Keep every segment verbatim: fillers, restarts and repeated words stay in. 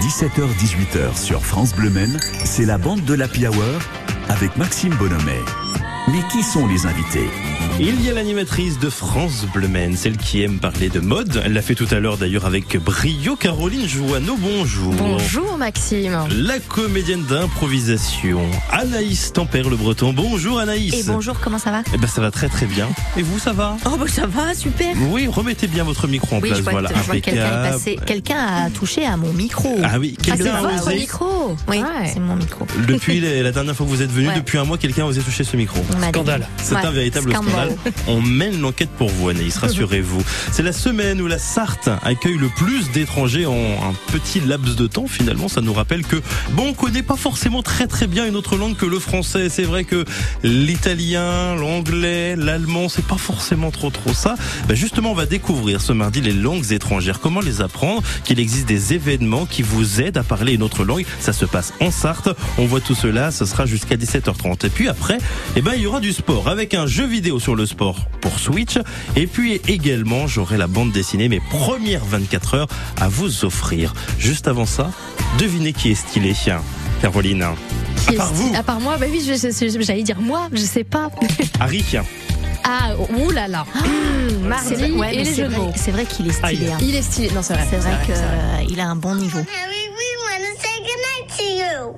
dix-sept heures dix-huit heures sur France Bleu Maine, c'est la bande de l'Happy Hour avec Maxime Bonhomet. Mais qui sont les invités ? Il y a l'animatrice de France Bleu Maine, celle qui aime parler de mode. Elle l'a fait tout à l'heure d'ailleurs avec brio. Caroline Joanneau, bonjour. Bonjour Maxime. La comédienne d'improvisation, Anaïs Tempère le Breton. Bonjour Anaïs. Et bonjour, comment ça va ? Eh ben ça va très très bien. Et vous, ça va ? Oh bah ça va, super. Oui, remettez bien votre micro en oui, place. Je vois voilà, que, je vois que quelqu'un est passé. Quelqu'un a touché à mon micro. Ah oui, quelqu'un ah, c'est a votre osé. micro. Oui, ouais. C'est mon micro. Depuis la dernière fois que vous êtes venu, ouais. depuis un mois, quelqu'un a osé toucher ce micro. Scandale. C'est ouais. un véritable scandale. scandale. On mène l'enquête pour vous, Anaïs, rassurez-vous. C'est la semaine où la Sarthe accueille le plus d'étrangers en un petit laps de temps. Finalement, ça nous rappelle que, bon, on connaît pas forcément très très bien une autre langue que le français. C'est vrai que l'italien, l'anglais, l'allemand, c'est pas forcément trop trop ça. Ben justement, on va découvrir ce mardi les langues étrangères. Comment les apprendre ? Qu'il existe des événements qui vous aident à parler une autre langue. Ça se passe en Sarthe. On voit tout cela. Ce sera jusqu'à dix-sept heures trente. Et puis après, eh ben, il y aura du sport avec un jeu vidéo sur le sport pour Switch. Et puis également, j'aurai la bande dessinée, mes premières vingt-quatre heures à vous offrir. Juste avant ça, devinez qui est stylé, Caroline. Qui à part est vous. À part moi, bah oui, je, je, j'allais dire moi, je sais pas. Harry. Ah, oulala. Mmh, Mardi c'est ouais, et les jeux de mots. C'est vrai qu'il est stylé. Hein. Il est stylé. Non, c'est vrai. C'est vrai, c'est vrai qu'il a un bon niveau. Harry, we want to say goodnight to you.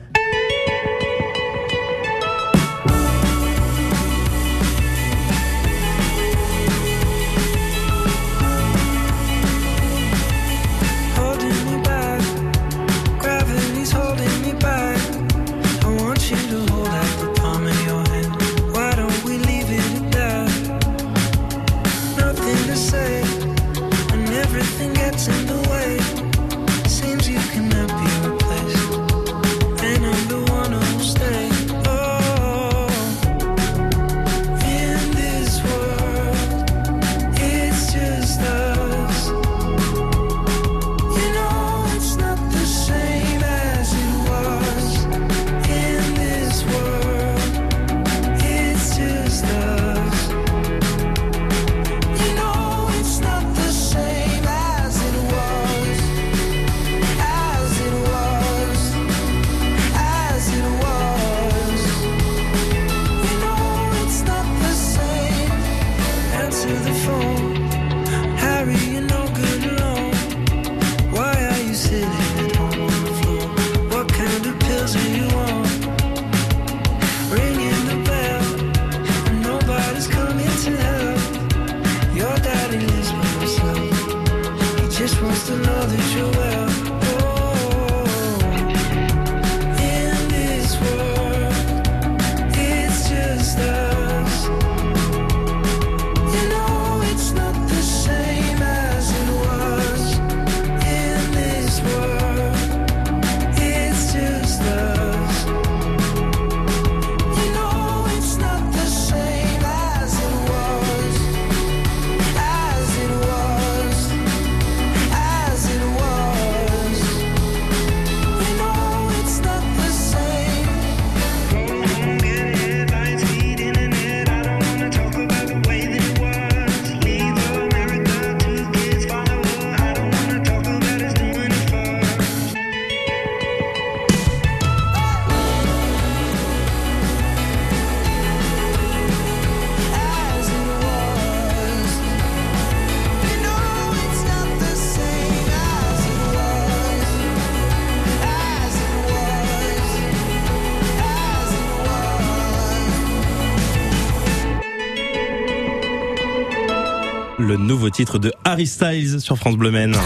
Le nouveau titre de Harry Styles sur France Bleu Maine.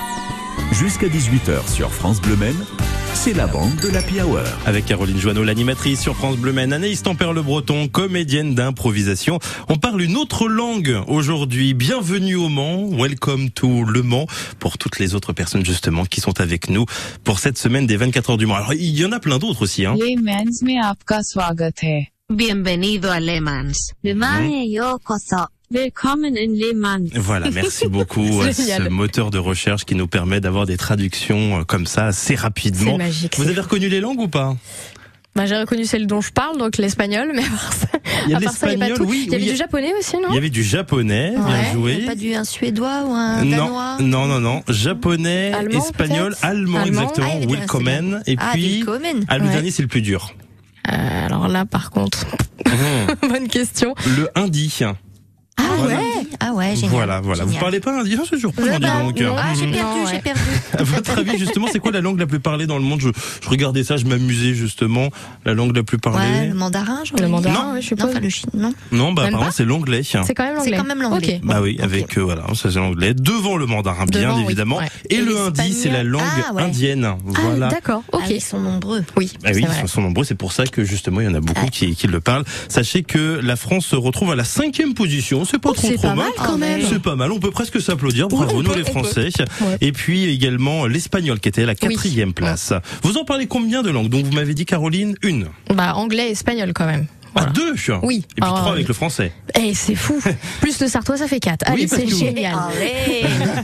Jusqu'à dix-huit heures sur France Bleu Maine, c'est la bande de l'Happy Hour. Avec Caroline Joanneau, l'animatrice sur France Bleu Maine, Anaïs Tempère le Breton, comédienne d'improvisation. On parle une autre langue aujourd'hui. Bienvenue au Mans, welcome to Le Mans, pour toutes les autres personnes justement qui sont avec nous pour cette semaine des vingt-quatre heures du Mans. Alors il y en a plein d'autres aussi. Hein. Le Mans में आपका स्वागत है. Bienvenido a Le Mans. Le Mans में योकोसो. Willkommen in Le Mans. Voilà, merci beaucoup à ce moteur de recherche qui nous permet d'avoir des traductions comme ça assez rapidement. C'est magique. Vous avez reconnu les langues ou pas ? Bah, j'ai reconnu celle dont je parle, donc l'espagnol, mais Il y a À de part ça, il y a pas l'espagnol, tout. oui. Il y avait oui, du japonais aussi, non? Il y avait du japonais, bien Ouais, joué. Il y a pas du un suédois ou un danois? Non, non, non, non. Japonais, Allemand, espagnol, peut-être allemand, Allemand. exactement. Ah, il y avait- Willkommen. Et Ah, puis, Willkommen. ah, le Ouais. dernier, c'est le plus dur. Euh, alors là, par contre, Mmh. bonne question. Le hindi. Ah Voilà. ouais. Ah ouais, génial. Voilà, voilà. Vous Génial. parlez pas indien, c'est surprenant, dis bah, donc. non. Ah, j'ai Mmh. perdu, Non, j'ai ouais. perdu. À votre avis, justement, c'est quoi la langue la plus parlée dans le monde? je, je regardais ça, je m'amusais justement. La langue la plus Ouais, parlée. le mandarin, je Le mandarin, Non. ouais, je Non, suppose. enfin le chinois. Non. Non, bah Même apparemment pas c'est l'anglais. C'est quand même l'anglais. C'est quand même l'anglais. Ok. Bah oui, Ok. avec euh, voilà, ça c'est l'anglais. Devant le mandarin, bien Devant, oui, évidemment. ouais. Et, Et le hindi, c'est la langue l'espagnol. Ah, ouais. indienne. Ah, Voilà. d'accord, ok. Ah, ils sont nombreux. Oui, Ah oui, c'est vrai. ils sont nombreux, c'est pour ça que justement il y en a beaucoup Ouais. qui, qui le parlent. Sachez que la France se retrouve à la cinquième position, c'est pas Oh, trop c'est trop pas mal. mal quand même. C'est pas mal, on peut presque s'applaudir, bravo on nous peut, les on peut. Français. Ouais. Et puis également l'espagnol qui était à la Oui. quatrième place. Vous en parlez combien de langues? Donc vous m'avez dit Caroline, une. Bah, anglais et espagnol quand même. Ah, Voilà. deux. Oui. Et puis Ah, trois ouais. avec le français. Eh, c'est fou. Plus le sartois, ça fait quatre. Oui, Allez, parce c'est que vous- génial. Allez.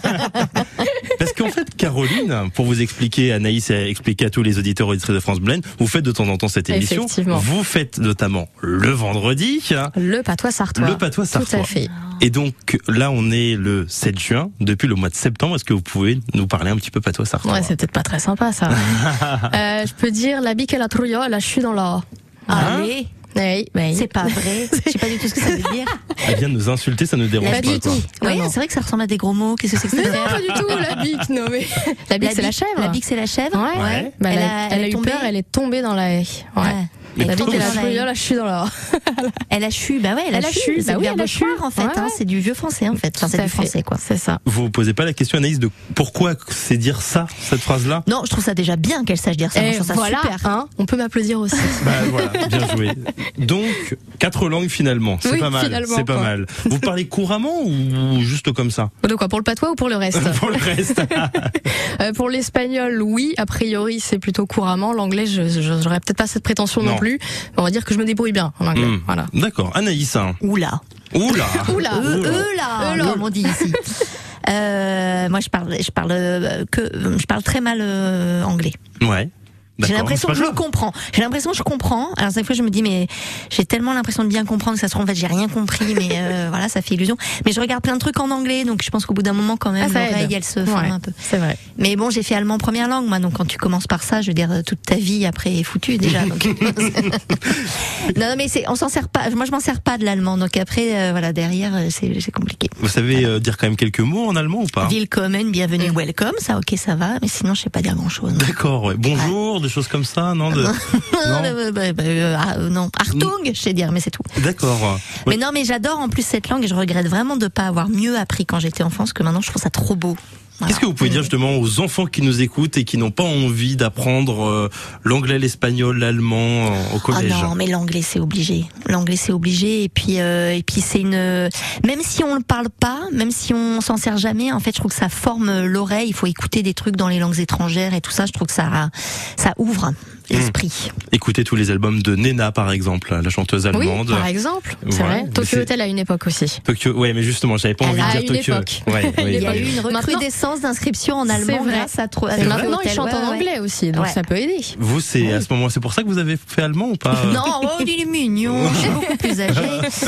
Parce qu'en fait, Caroline, pour vous expliquer, Anaïs a expliqué à tous les auditeurs et auditrices de France Bleu, vous faites de temps en temps cette émission. Effectivement. Vous faites notamment le vendredi, Le patois sartois. le patois sartois. Tout à fait. Et donc là, on est le sept juin, depuis le mois de septembre. Est-ce que vous pouvez nous parler un petit peu patois sartois? Ouais, c'est peut-être pas très sympa, ça. euh, je peux dire la bique et la trouille, là, je suis dans la. Allez. Oui, bah, C'est pas vrai. Je sais pas du tout ce que ça veut dire. Elle vient de nous insulter, ça ne dérange Pas pas. du quoi. tout. Non, Oui, non. c'est vrai que ça ressemble à des gros mots. Qu'est-ce que c'est que ça? Non, pas du tout, la bique, non mais. La bique, c'est la chèvre. La bique, c'est la chèvre. Ouais. Ouais. Bah, elle, Elle a, a- elle elle a est eu tombée. peur, elle est tombée dans la haie. Ouais. Ouais. Mais La bique comment et la ça- trouille, là, je suis dans la. Elle a chu, bah ouais, elle a, Elle a chu. chu, C'est bah le oui, verbe elle a chu. choir, en fait. Ouais, hein. ouais. C'est du vieux français, en fait. Enfin, c'est Tout à du fait. français, quoi. C'est ça. Vous vous posez pas la question, Anaïs, de pourquoi c'est dire ça, cette phrase-là? Non, je trouve ça déjà bien qu'elle sache dire ça. Moi, Et je trouve ça voilà, super. hein, on peut m'applaudir aussi. Bah voilà, bien joué. Donc, quatre langues finalement, c'est Oui, pas mal, finalement, c'est pas quoi. mal. Vous parlez couramment ou juste comme ça? De quoi, pour le patois ou pour le reste? Pour le reste. Euh, pour l'espagnol, oui, a priori c'est plutôt couramment. L'anglais, je je- j'aurais peut-être pas cette prétention non, Non. plus. On va dire que je me débrouille bien en anglais. Hmm. Voilà. D'accord, Anaïs. hein. Oula. Oula. Oula. Eux, Oula. eux là, Eux là. comme on dit ici. Euh, moi, je parle, je parle euh, que, je parle très mal euh, anglais. Ouais. J'ai D'accord, l'impression c'est que pas je grave. comprends. J'ai l'impression que je comprends. Alors cette fois, je me dis mais j'ai tellement l'impression de bien comprendre que ça se trouve en fait j'ai rien compris, mais euh, voilà, ça fait illusion. Mais je regarde plein de trucs en anglais, donc je pense qu'au bout d'un moment quand même Ah, ça aide. l'oreille elle se forme Ouais, un peu. c'est vrai. Mais bon, j'ai fait allemand première langue, moi, donc quand tu commences par ça, je veux dire toute ta vie après est foutue déjà. Donc... non, non, mais c'est, on s'en sert pas. Moi, je m'en sers pas de l'allemand, donc après euh, voilà derrière euh, c'est, c'est compliqué. Vous savez euh, dire quand même quelques mots en allemand ou pas? Willkommen, bienvenue, welcome, ça ok, ça va, mais sinon je sais pas dire grand chose. D'accord, ouais. Bonjour, des choses comme ça, non, de... non. bah, bah, euh, ah, euh, non, Achtung, je sais dire, mais c'est tout. D'accord. Mais Ouais. non, mais j'adore en plus cette langue et je regrette vraiment de pas avoir mieux appris quand j'étais enfant, parce que maintenant je trouve ça trop beau. Voilà. Qu'est-ce que vous pouvez dire justement aux enfants qui nous écoutent et qui n'ont pas envie d'apprendre euh, l'anglais, l'espagnol, l'allemand euh, au Ah collège? non, mais l'anglais c'est obligé. L'anglais c'est obligé et puis euh, et puis c'est une même si on le parle pas, même si on s'en sert jamais, en fait, je trouve que ça forme l'oreille, il faut écouter des trucs dans les langues étrangères et tout ça, je trouve que ça ça ouvre l'esprit. Écoutez tous les albums de Nena par exemple, la chanteuse Oui, allemande. par exemple, c'est Voilà. vrai. Mais Tokyo c'est- Hotel à une époque aussi. Tokyo, ouais, mais justement, j'avais pas Elle envie a de dire une Tokyo. époque. Ouais, oui, Il y a oui. eu une Maintenant- recrudescence d'inscriptions en C'est allemand vrai. grâce à trop. Et avec maintenant, Tokyo ils chantent Hotel, en ouais, ouais. anglais aussi, donc Ouais. ça peut aider. Vous, c'est à ce moment, c'est pour ça que vous avez fait allemand ou pas? Non, oh, il est mignon, je suis beaucoup plus âgée.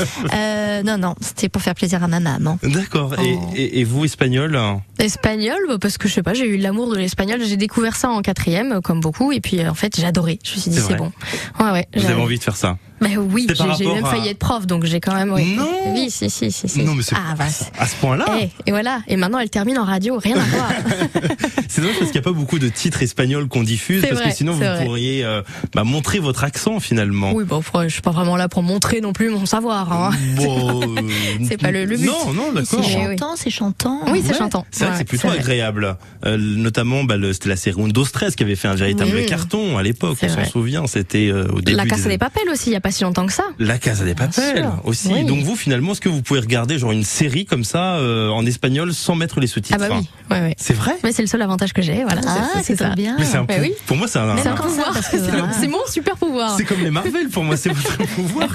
Euh, non, non, c'était pour faire plaisir à ma maman. D'accord. Oh. Et, et, et vous, espagnol? Espagnol, bah, parce que je sais pas, j'ai eu l'amour de l'espagnol. J'ai découvert ça en quatrième, euh, comme beaucoup, et puis euh, en fait, j'ai adoré. Je me suis dit, C'est c'est vrai. bon. Ouais, ouais. Vous j'ai- avez envie de faire ça? Bah oui, C'est par j'ai j'ai rapport même à- failli être prof, donc j'ai quand même. Ouais. Non. Oui, si, si, si, si. Non, mais c'est Ah, bah, à ce point-là. Eh, et voilà. Et maintenant, elle termine en radio, rien à voir. C'est dommage parce qu'il n'y a pas beaucoup de titres espagnols qu'on diffuse, C'est parce vrai, que sinon vous c'est vrai. pourriez euh, bah, montrer votre accent finalement. Oui, bon, je suis pas vraiment là pour montrer non plus mon savoir. Hein. Bon, euh, C'est pas le- le but. Non, non, d'accord. C'est Mais oui. chantant, c'est chantant. Oui, c'est Ouais. chantant. C'est vrai que Ouais, c'est plutôt vrai. agréable. Euh, notamment, bah, le- c'était la série Windows treize qui avait fait un véritable Oui. carton à l'époque. C'est On s'en vrai. souvient. C'était euh, au début. La Casa des... des Papel aussi, il y a pas si longtemps que ça. La Casa des Papel sûr. aussi. Oui. Donc vous, finalement, est-ce que vous pouvez regarder genre une série comme ça euh, en espagnol sans mettre les sous-titres? Ah bah oui, ouais, ouais. C'est vrai. Mais c'est le seul avantage que j'ai, voilà. Ah, c'est c'est ça. trop bien. Mais c'est un Bah pou- oui. Pour moi, c'est un. Mais un- encore ça, parce que C'est voilà, c'est mon super pouvoir. C'est comme les Marvel pour moi, c'est votre pouvoir.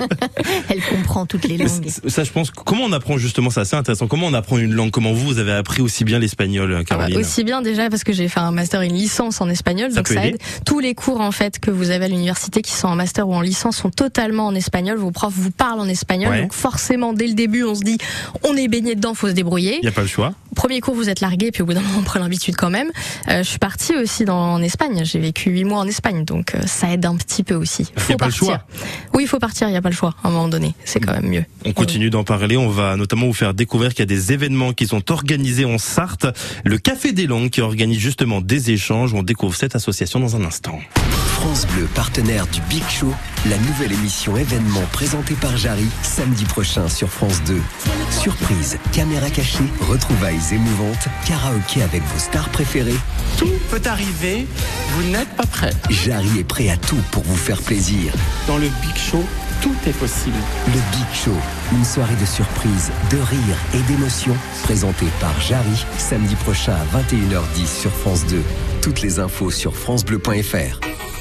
elle comprend toutes les langues. Ça, ça, je pense. Comment on apprend justement ça? C'est intéressant. Comment on apprend une langue? Comment vous, vous avez appris aussi bien l'espagnol, Ah bah, Caroline? aussi bien déjà parce que j'ai fait un master et une licence en espagnol, Ça donc peut ça aider. aide. Tous les cours en fait que vous avez à l'université qui sont en master ou en licence sont totalement en espagnol. Vos profs vous parlent en espagnol. Ouais. Donc forcément, dès le début, on se dit, on est baigné dedans, faut se débrouiller. Il n'y a pas le choix. Premier cours, vous êtes largué, puis au bout d'un moment, on prend l'habitude quand même. Euh, je suis partie aussi dans, en Espagne. J'ai vécu huit mois en Espagne, donc euh, ça aide un petit peu aussi. Il n'y a pas partir. le choix. Oui, il faut partir. Il n'y a pas le choix. À un moment donné, c'est quand même mieux. On continue d'en parler. On va notamment vous faire découvrir qu'il y a des événements qui sont organisés en Sarthe. Le Café des Langues qui organise justement des échanges. On découvre cette association dans un instant. France Bleu, partenaire du Big Show, la nouvelle émission événement présentée par Jarry, samedi prochain sur France deux. Surprise, caméra cachée, retrouvailles émouvantes, karaoké avec vos stars préférées. Tout peut arriver, vous n'êtes pas prêt. Jarry est prêt à tout pour vous faire plaisir. Dans le Big Show, tout est possible. Le Big Show, une soirée de surprise, de rire et d'émotion, présentée par Jarry, samedi prochain à vingt et une heures dix sur France deux. Toutes les infos sur francebleu point f r.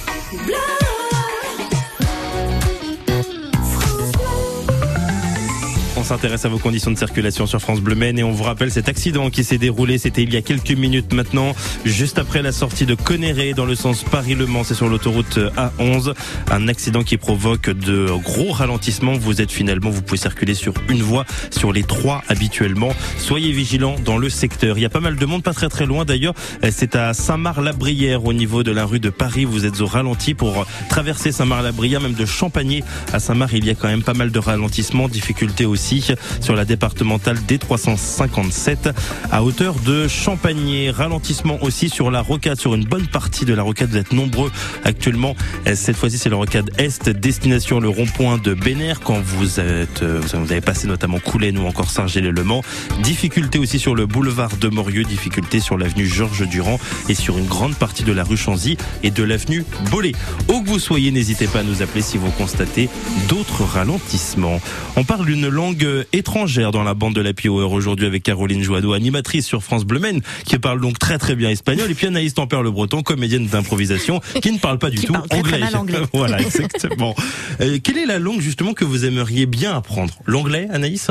On s'intéresse à vos conditions de circulation sur France Bleu Maine et on vous rappelle cet accident qui s'est déroulé, c'était il y a quelques minutes maintenant, juste après la sortie de Conneré dans le sens Paris-Le Mans, c'est sur l'autoroute A onze. Un accident qui provoque de gros ralentissements. Vous êtes finalement, vous pouvez circuler sur une voie sur les trois habituellement. Soyez vigilants dans le secteur. Il y a pas mal de monde, pas très très loin d'ailleurs. C'est à Saint-Marc-la-Brière au niveau de la rue de Paris. Vous êtes au ralenti pour traverser Saint-Marc-la-Brière, même de Champagné à Saint-Marc. Il y a quand même pas mal de ralentissements, difficultés aussi sur la départementale D trois cent cinquante-sept à hauteur de Champagné. Ralentissement aussi sur la rocade, sur une bonne partie de la rocade. Vous êtes nombreux actuellement. Cette fois-ci, c'est la rocade Est, destination le rond-point de Bénère quand vous êtes, vous avez passé notamment Coulennes ou encore Saint-Gilles-le-Mans. Difficulté aussi sur le boulevard de Morieux, difficulté sur l'avenue Georges Durand et sur une grande partie de la rue Chanzy et de l'avenue Bollé. Où que vous soyez, n'hésitez pas à nous appeler si vous constatez d'autres ralentissements. On parle d'une langue étrangère dans la bande de l'Happy Hour aujourd'hui avec Caroline Joanneau, animatrice sur France Bleu Maine, qui parle donc très très bien espagnol, et puis Anaïs Tempère Le Breton, comédienne d'improvisation, qui ne parle pas du qui tout parle très, anglais. très mal anglais. Voilà, exactement. Euh, quelle est la langue justement que vous aimeriez bien apprendre? L'anglais, Anaïs?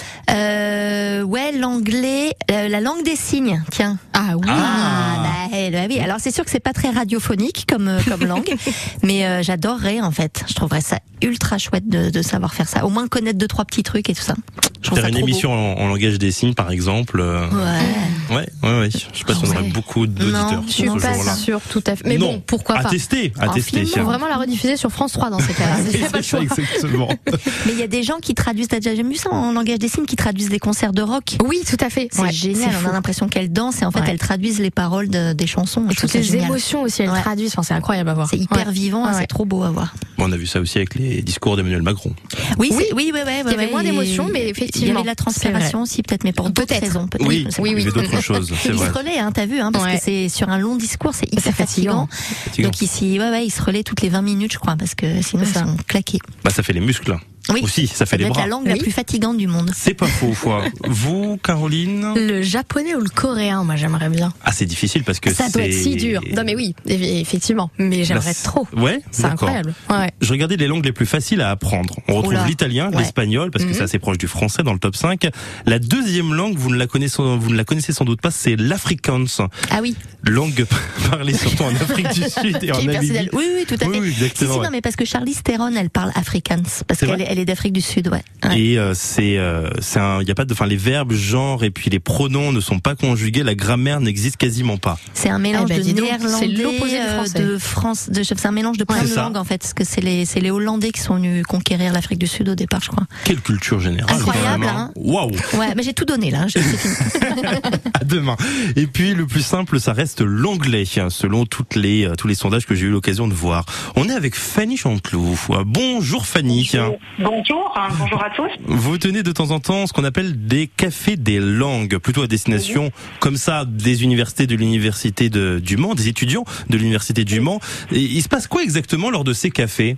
Euh, ouais, l'anglais, euh, la langue des signes, tiens. Ah oui. Ah, bah, eh, bah oui. Alors c'est sûr que c'est pas très radiophonique comme euh, comme langue, mais euh, j'adorerais en fait. Je trouverais ça ultra chouette de, de savoir faire ça. Au moins connaître deux trois petits trucs et tout ça. Je trouve Faire ça une trop émission en, en langage des signes, par exemple. Euh... Ouais. Ouais, ouais, ouais. Je sais pas si on aurait Ouais. beaucoup d'auditeurs. Non, Je suis ce pas jour-là. sûre, tout à fait. Mais non. bon, pourquoi à pas. tester, à En tester. film, Faut vraiment la rediffuser sur France trois dans ces cas-là. Oui, C'est pas le c'est ça, choix. exactement. Mais il y a des gens qui traduisent, t'as déjà vu ça en langage des signes, qui traduisent des concerts de rock. Oui, tout à fait. C'est Ouais, génial, c'est on fou. a l'impression qu'elles dansent et en fait Ouais. elles traduisent les paroles de, des chansons. Et Je trouve toutes ça les génial. émotions aussi, elles Ouais. traduisent. Enfin, c'est incroyable à voir. C'est hyper Ouais. vivant, Ouais, c'est ouais. trop beau à voir. Bon, on a vu ça aussi avec les discours d'Emmanuel Macron. Oui, Oui. c'est- oui, oui, ouais, Il y avait moins d'émotions, mais Il y effectivement, avait de la transpiration aussi, peut-être, mais pour d'autres Peut-être. raisons. Peut-être. Oui, Je sais oui, il y oui. avait d'autres choses, c'est Il vrai. se relaie, hein, t'as vu, hein, parce Ouais. que c'est sur un long discours, c'est hyper C'est fatigant. fatigant. Fatigant. Donc ici, ouais, ouais, il se relaie toutes les vingt minutes, je crois, parce que sinon C'est ils ça. sont claqués. Bah, ça fait les muscles. Oui. Aussi, ça fait Ça les doit être bras. la langue la Oui. plus fatigante du monde. C'est pas faux, fois. Vous, Caroline? Le japonais ou le coréen, moi j'aimerais bien. Ah, c'est difficile parce que Ça doit être c'est- si dur. Non mais oui, eff- effectivement. Mais j'aimerais La- trop. Ouais, C'est d'accord. incroyable. Ouais. Je regardais les langues les plus faciles à apprendre. On retrouve Oula. l'italien, Ouais. l'espagnol, parce que Mhm. c'est assez proche du français dans le top cinq. La deuxième langue, vous ne la connaissez, vous ne la connaissez sans doute pas, c'est l'afrikaans. Ah oui. Langue parlée surtout en Afrique du Sud et en Qui est Namibie. personnel. Oui, oui, tout à Oui, fait. oui, Si, exactement. si, ouais. non, mais parce que Charlize Theron, elle parle afrikaans, parce C'est qu'elle vrai est, elle est d'Afrique du Sud, ouais. Ouais. Et euh, c'est, euh, c'est un, il y a pas de, enfin les verbes, genre et puis les pronoms ne sont pas conjugués. La grammaire n'existe quasiment pas. C'est un mélange Eh ben, de dis donc, néerlandais, c'est l'opposé du euh, français. de France, de, c'est un mélange de plein C'est de ça. langues en fait, parce que c'est les, c'est les Hollandais qui sont venus conquérir l'Afrique du Sud au départ, je crois. Quelle culture générale. Incroyable, quand même, hein. Waouh. Ouais, mais j'ai tout donné là, j'ai- c'est fini. À demain. Et puis le plus simple, ça reste l'anglais, hein, selon toutes les euh, tous les sondages que j'ai eu l'occasion de voir. On est avec Fanny Chanteloup. Euh, Bonjour Fanny. Bonjour, hein, bonjour à tous. Vous tenez de temps en temps ce qu'on appelle des cafés des langues, plutôt à destination comme ça des universités de l'université de, du Mans, des étudiants de l'université du Mans. Et il se passe quoi exactement lors de ces cafés?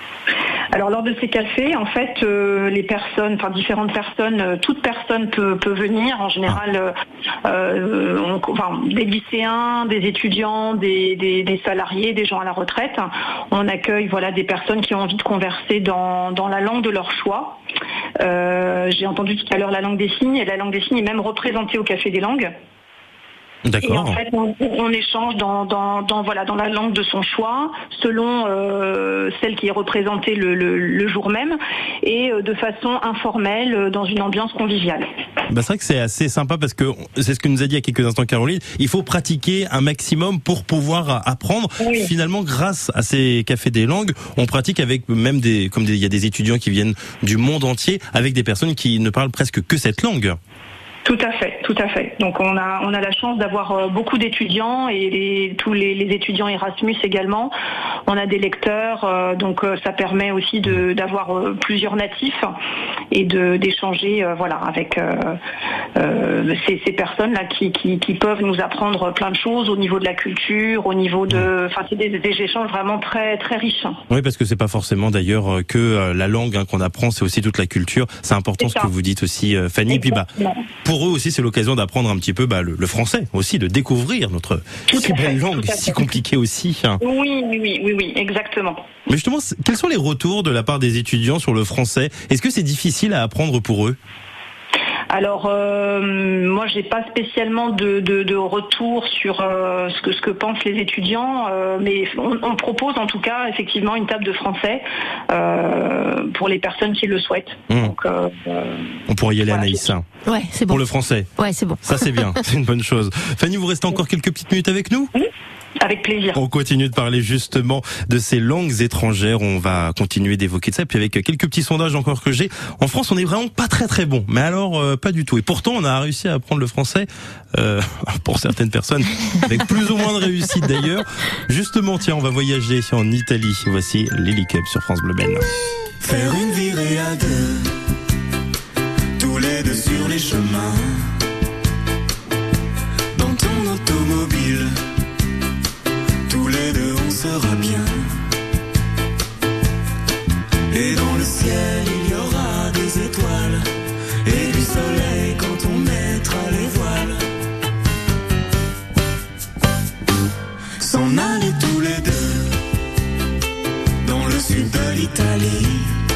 Alors lors de ces cafés, en fait, euh, les personnes, enfin différentes personnes, euh, toute personne peut, peut venir. En général, euh, euh, on- enfin des lycéens, des étudiants, des, des, des salariés, des gens à la retraite. On accueille voilà des personnes qui ont envie de converser dans, dans la langue de leur choix. Euh, j'ai entendu tout à l'heure la langue des signes, et la langue des signes est même représentée au Café des langues. D'accord. Et en fait, on, on échange dans, dans, dans, voilà, dans la langue de son choix, selon euh, celle qui est représentée le, le, le jour même, et euh, de façon informelle, euh, dans une ambiance conviviale. Bah c'est vrai que c'est assez sympa parce que c'est ce que nous a dit il y a quelques instants Caroline. Il faut pratiquer un maximum pour pouvoir apprendre. Oui. Finalement, grâce à ces cafés des langues, on pratique avec même des, comme des, il y a des étudiants qui viennent du monde entier, avec des personnes qui ne parlent presque que cette langue. Tout à fait, tout à fait. Donc on a on a la chance d'avoir beaucoup d'étudiants et les, tous les, les étudiants Erasmus également. On a des lecteurs, euh, donc ça permet aussi de d'avoir euh, plusieurs natifs et de d'échanger euh, voilà avec euh, euh, ces, ces personnes là qui, qui qui peuvent nous apprendre plein de choses au niveau de la culture, au niveau de, enfin c'est des, des échanges vraiment très très riches. Oui, parce que c'est pas forcément d'ailleurs que la langue hein, qu'on apprend, c'est aussi toute la culture. C'est important c'est ce que vous dites aussi, Fanny. Exactement. Puis bah. Pour eux aussi, c'est l'occasion d'apprendre un petit peu bah, le, le français aussi, de découvrir notre tout si belle langue, si compliquée aussi. Hein. Oui, oui, oui, oui, oui, exactement. Mais justement, quels sont les retours de la part des étudiants sur le français ? Est-ce que c'est difficile à apprendre pour eux ? Alors euh, moi j'ai pas spécialement de, de, de retour sur euh, ce que ce que pensent les étudiants, euh, mais on, on propose en tout cas effectivement une table de français euh, pour les personnes qui le souhaitent. Mmh. Donc, euh, on pourrait y aller, voilà, Anaïs. Ouais, c'est bon. Pour le français. Ouais, c'est bon. Ça c'est bien, c'est une bonne chose. Fanny, vous restez encore quelques petites minutes avec nous ? Oui. Avec plaisir. On continue de parler justement de ces langues étrangères. On va continuer d'évoquer ça. Puis avec quelques petits sondages encore que j'ai. En France, on est vraiment pas très très bon. Mais alors, euh, pas du tout. Et pourtant, on a réussi à apprendre le français, euh, pour certaines personnes, avec plus ou moins de réussite d'ailleurs. Justement, tiens, on va voyager en Italie. Voici Lily Cub sur France Bleu Maine. Faire une virée à deux, tous les deux sur les chemins, dans ton automobile. Tous les deux on sera bien. Et dans le ciel il y aura des étoiles et du soleil quand on mettra les voiles. S'en aller tous les deux dans le sud de l'Italie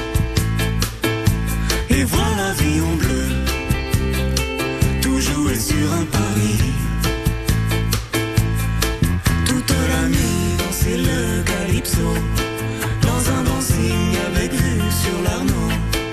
et voir la vie en bleu, tout jouer sur un pari. C'est le calypso, dans un dancing avec vue sur l'Arno.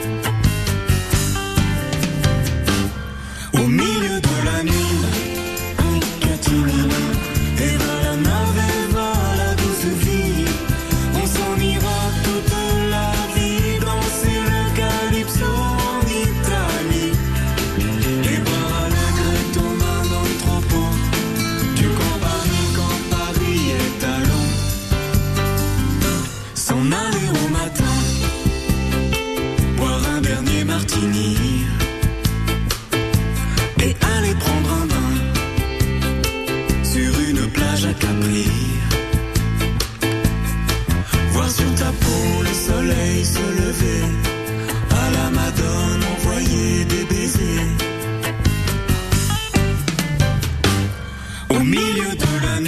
Au milieu de la nuit, un catimini, et va la nave, et va la douce vie. On s'en ira toute la vie, danser le calypso en Italie. Et boire à la grette aux mains dans le tropon, du camp Paris quand Paris est à l'eau. S'en aller au matin, boire un dernier martini et aller prendre un bain sur une plage à Capri. Voir sur ta peau le soleil se lever, à la Madone envoyer des baisers. Au milieu de la nuit,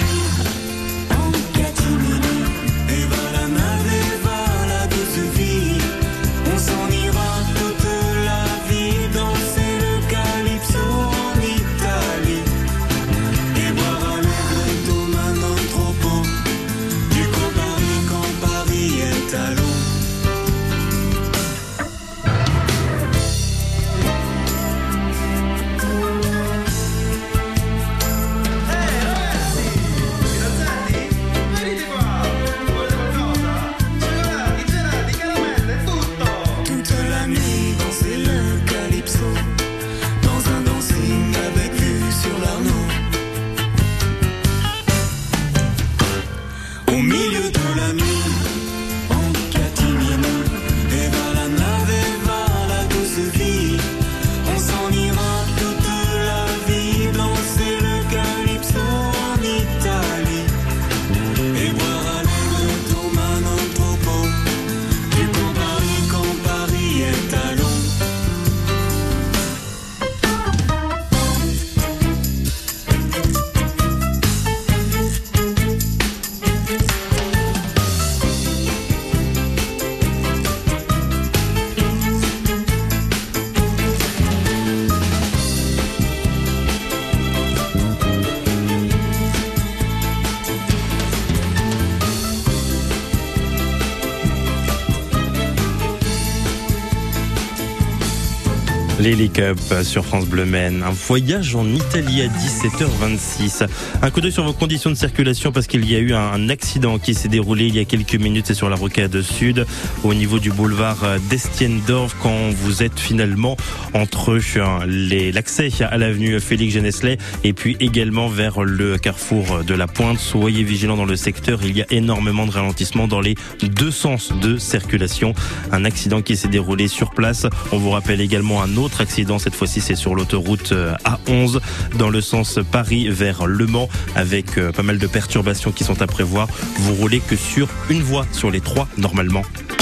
Les Lick Up sur France Bleu Maine. Un voyage en Italie à dix-sept heures vingt-six. Un coup d'œil sur vos conditions de circulation parce qu'il y a eu un accident qui s'est déroulé il y a quelques minutes. C'est sur la rocade sud, au niveau du boulevard d'Estiendorf, quand vous êtes finalement entre les, l'accès à l'avenue Félix Genesley et puis également vers le carrefour de la Pointe. Soyez vigilants dans le secteur. Il y a énormément de ralentissements dans les deux sens de circulation. Un accident qui s'est déroulé sur place. On vous rappelle également un autre accident, cette fois-ci c'est sur l'autoroute A onze dans le sens Paris vers Le Mans avec pas mal de perturbations qui sont à prévoir. Vous roulez que sur une voie sur les trois normalement.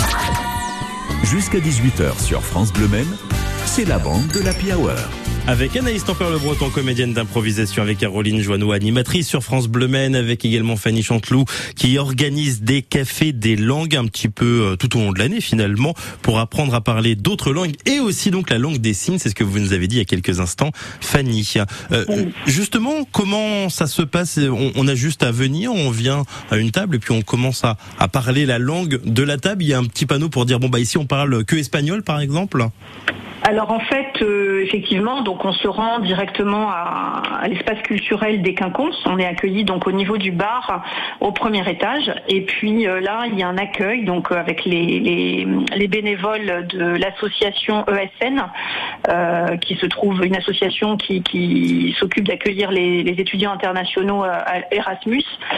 Jusqu'à dix-huit heures sur France Bleu Maine, c'est la bande de l'Happy Hour. Avec Anaïs Tempère-Le Breton, comédienne d'improvisation, avec Caroline Joanneau, animatrice sur France Bleu Maine, avec également Fanny Chanteloup, qui organise des cafés des langues un petit peu euh, tout au long de l'année finalement, pour apprendre à parler d'autres langues et aussi donc la langue des signes. C'est ce que vous nous avez dit il y a quelques instants, Fanny. Euh, justement, comment ça se passe? on, on a juste à venir, on vient à une table et puis on commence à, à parler la langue de la table. Il y a un petit panneau pour dire bon bah ici on parle que espagnol par exemple. Alors en fait, euh, effectivement, donc on se rend directement à, à l'espace culturel des Quinconces. On est accueilli donc au niveau du bar, au premier étage. Et puis euh, là, il y a un accueil donc euh, avec les, les, les bénévoles de l'association E S N, euh, qui se trouve une association qui, qui s'occupe d'accueillir les, les étudiants internationaux à Erasmus.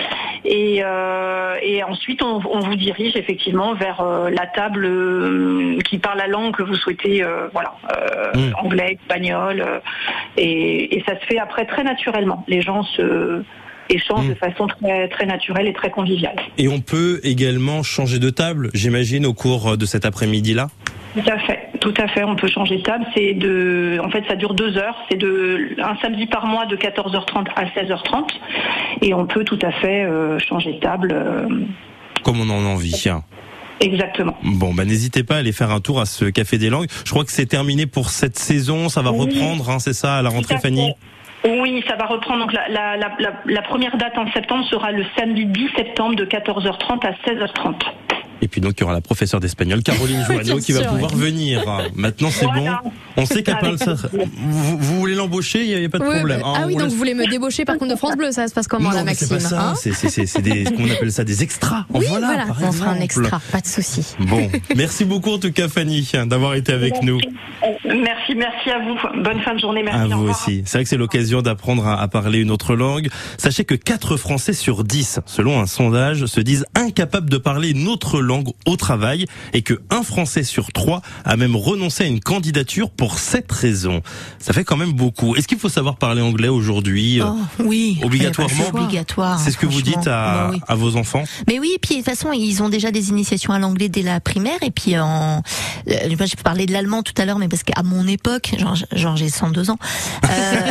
Et, euh, et ensuite, on, on vous dirige effectivement vers euh, la table euh, qui parle la langue que vous souhaitez, euh, voilà. Euh, mmh. Anglais, espagnol, euh, et, et ça se fait après très naturellement. Les gens se échangent mmh. de façon très très naturelle et très conviviale. Et on peut également changer de table, j'imagine, au cours de cet après-midi-là. Tout à fait, tout à fait. On peut changer de table. C'est de, en fait, ça dure deux heures. C'est de un samedi par mois de quatorze heures trente à seize heures trente, et on peut tout à fait euh, changer de table. Euh... Comme on en a envie. Exactement. Bon, bah n'hésitez pas à aller faire un tour à ce Café des Langues. Je crois que c'est terminé pour cette saison. Ça va oui. reprendre, hein, c'est ça, à la rentrée, Fanny ? Oui, ça va reprendre. Donc la, la, la, la, la première date en septembre sera le samedi dix septembre de quatorze heures trente à seize heures trente. Et puis donc il y aura la professeure d'espagnol Caroline Joanneau qui va sûr, pouvoir oui. venir. Maintenant c'est voilà. bon. On sait qu'elle parle ça. Vous, vous voulez l'embaucher, il n'y avait pas de oui, problème. Ah, ah oui, donc laisse... vous voulez me débaucher par contre de France Bleu, ça se passe comment non, la Maxime? C'est pas ça. Hein c'est, c'est, c'est, c'est des, comment on appelle ça, des extras. Oui, voilà. voilà. On fera un extra, pas de souci. Bon, merci beaucoup en tout cas Fanny d'avoir été avec merci. nous. Merci, merci à vous. Bonne fin de journée, merci. À vous aussi. C'est vrai que c'est l'occasion d'apprendre à, à parler une autre langue. Sachez que quatre Français sur dix, selon un sondage, se disent incapables de parler une autre langue au travail. Et que un Français sur trois a même renoncé à une candidature pour cette raison. Ça fait quand même beaucoup. Est-ce qu'il faut savoir parler anglais aujourd'hui? Oh, oui. Obligatoirement. Obligatoire. C'est ce que vous dites à, bah oui. à vos enfants? Mais oui, et puis de toute façon, ils ont déjà des initiations à l'anglais dès la primaire. Et puis, en, euh, je parlais de l'allemand tout à l'heure, mais parce qu'à mon époque, genre, genre j'ai cent deux ans, euh,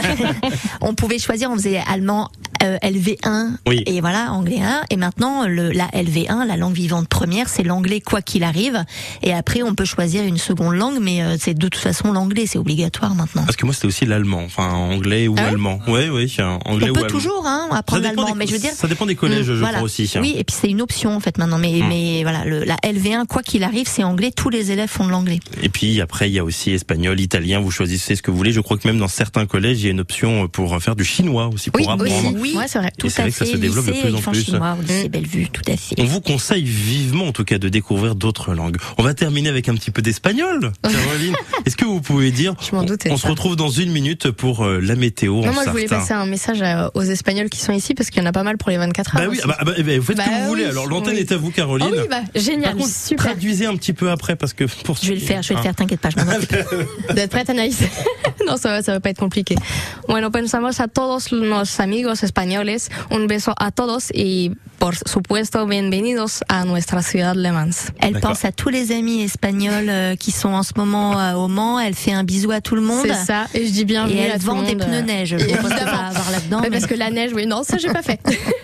on pouvait choisir, on faisait allemand euh, L V un oui. et voilà, anglais un. Et maintenant, le, la L V un, la langue vivante première, c'est l'anglais quoi qu'il arrive. Et après, on peut choisir une seconde langue, mais euh, c'est de toute façon l'anglais, c'est obligatoire maintenant. Parce que moi, c'était aussi l'allemand, enfin anglais ou ah allemand. Oui, oui, anglais on ou peut allemand. toujours hein, apprendre l'allemand, des, mais je veux dire, ça dépend des collèges, mmh, je voilà. crois aussi. Oui, et puis c'est une option en fait maintenant. Mais mmh. mais voilà, le, la L V un, quoi qu'il arrive, c'est anglais. Tous les élèves font de l'anglais. Et puis après, il y a aussi espagnol, italien. Vous choisissez ce que vous voulez. Je crois que même dans certains collèges, il y a une option pour faire du chinois aussi pour oui, apprendre. Aussi. Oui, ouais, c'est vrai. Tout et c'est vrai à que ça fait, se développe lycée, de plus en plus. Chinois, lycée Bellevue, tout à fait. On vous conseille vivement, en tout cas, de découvrir d'autres langues. On va terminer avec un petit peu d'espagnol. Caroline, est-ce que vous pouvez dire? Je m'en doutais. On, on se retrouve dans une minute pour euh, la météo. Non, en moi, je voulais passer un message à, aux Espagnols qui sont ici parce qu'il y en a pas mal pour les vingt-quatre heures. Bah oui, bah, bah, bah, vous faites bah, ce que vous oui, voulez. Alors l'antenne oui. est à vous, Caroline. Oh oui, bah, génial. Par contre, super. Traduisez un petit peu après parce que pour. Je vais le faire, je vais le faire. T'inquiète pas, je m'en occupe. D'être prête, Anaïs? Non, ça va, ça va pas être compliqué. Bueno, pensamos a todos los amigos españoles. Un beso a todos y por supuesto bienvenidos a nuestra ciudad Le Mans. Elle D'accord. pense à tous les amis espagnols euh, qui sont en ce moment euh, au Mans. Elle fait un bisou à tout le monde. C'est ça. Et je dis bienvenue et à elle tout le monde. Et elle vend des pneus neige. Je pense que ça va avoir là-dedans. Mais mais... Parce que la neige, oui, non, ça j'ai pas fait.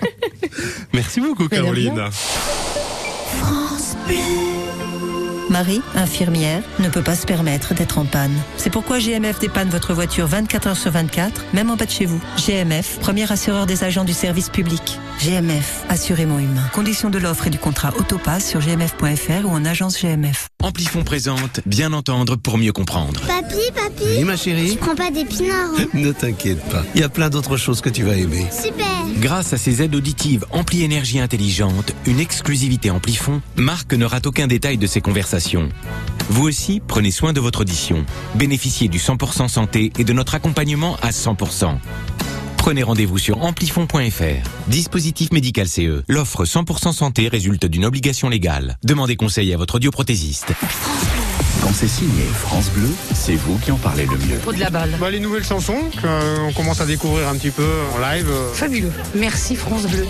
Merci beaucoup, Caroline. France Bleu. Marie, infirmière, ne peut pas se permettre d'être en panne. C'est pourquoi G M F dépanne votre voiture vingt-quatre heures sur vingt-quatre, même en bas de chez vous. G M F, premier assureur des agents du service public. G M F, assurément humain. Conditions de l'offre et du contrat Autopass sur g m f point f r ou en agence G M F. Amplifon présente Bien entendre pour mieux comprendre. Papi, papi. Oui, ma chérie. Tu prends pas d'épinards, hein? Ne t'inquiète pas. Il y a plein d'autres choses que tu vas aimer. Super. Grâce à ses aides auditives Ampli Énergie Intelligente, une exclusivité Amplifon, Marc ne rate aucun détail de ses conversations. Vous aussi, prenez soin de votre audition. Bénéficiez du cent pour cent santé et de notre accompagnement à cent pour cent. Prenez rendez-vous sur amplifon point f r. Dispositif médical C E. L'offre cent pour cent santé résulte d'une obligation légale. Demandez conseil à votre audioprothésiste. Quand c'est signé France Bleu, c'est vous qui en parlez le mieux. Pour de la balle. Bah, les nouvelles chansons qu'on commence à découvrir un petit peu en live. Fabuleux. Merci France Bleu.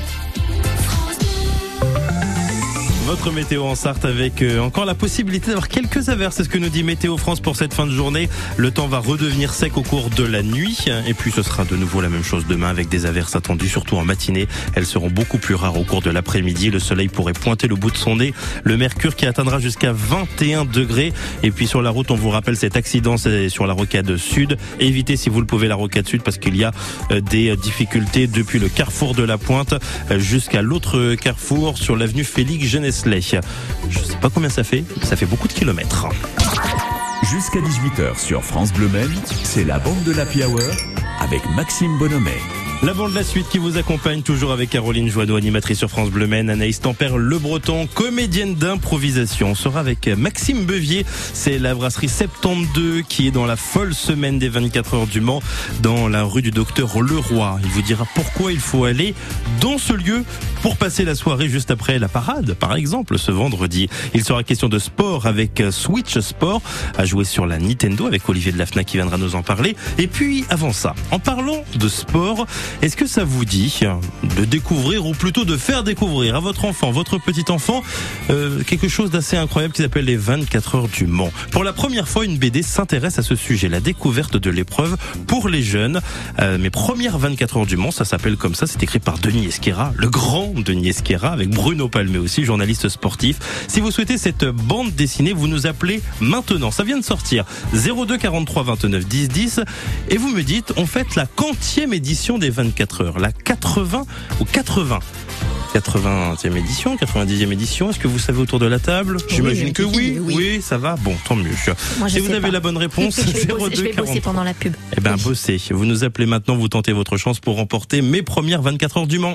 Votre météo en Sarthe avec euh, encore la possibilité d'avoir quelques averses. C'est ce que nous dit Météo France pour cette fin de journée. Le temps va redevenir sec au cours de la nuit. Et puis ce sera de nouveau la même chose demain avec des averses attendues, surtout en matinée. Elles seront beaucoup plus rares au cours de l'après-midi. Le soleil pourrait pointer le bout de son nez. Le mercure qui atteindra jusqu'à vingt et un degrés. Et puis sur la route, on vous rappelle cet accident c'est sur la rocade sud. Évitez si vous le pouvez la rocade sud parce qu'il y a euh, des difficultés depuis le carrefour de la Pointe euh, jusqu'à l'autre carrefour sur l'avenue Félix Genesley. Je sais pas combien ça fait, ça fait beaucoup de kilomètres. Jusqu'à dix-huit heures sur France Bleu Maine, c'est la bande de l'Happy Hour avec Maxime Bonhomet. La bande de la suite qui vous accompagne toujours avec Caroline Joanneau, animatrice sur France Bleu Maine, Anaïs Tempère, Le Breton, comédienne d'improvisation. On sera avec Maxime Bevier, c'est la brasserie soixante-douze qui est dans la folle semaine des vingt-quatre heures du Mans, dans la rue du Docteur Leroy. Il vous dira pourquoi il faut aller dans ce lieu pour passer la soirée juste après la parade, par exemple, ce vendredi. Il sera question de sport avec Switch Sport, à jouer sur la Nintendo avec Olivier de la Fnac qui viendra nous en parler. Et puis, avant ça, en parlant de sport, est-ce que ça vous dit de découvrir ou plutôt de faire découvrir à votre enfant, votre petit enfant, euh, quelque chose d'assez incroyable qui s'appelle les vingt-quatre heures du Mans. Pour la première fois, une B D s'intéresse à ce sujet, la découverte de l'épreuve pour les jeunes. Euh, mes premières vingt-quatre heures du Mans, ça s'appelle comme ça, c'est écrit par Denis Esquera, le grand Denis Esquera, avec Bruno Palmé aussi, journaliste sportif. Si vous souhaitez cette bande dessinée, vous nous appelez maintenant. Ça vient de sortir, zéro deux quarante-trois vingt-neuf dix dix, et vous me dites, on fête la quantième édition des vingt-quatre heures, la quatre-vingts ou quatre-vingts quatre-vingtième édition, quatre-vingt-dixième édition. Est-ce que vous savez autour de la table? J'imagine oui, que oui. oui. Oui, ça va. Bon, tant mieux. Moi, je si vous avez pas. la bonne réponse, je vais, zéro deux bosser, je vais bosser pendant la pub. Eh ben, oui. bossez. Vous nous appelez maintenant, vous tentez votre chance pour remporter mes premières vingt-quatre heures du Mans.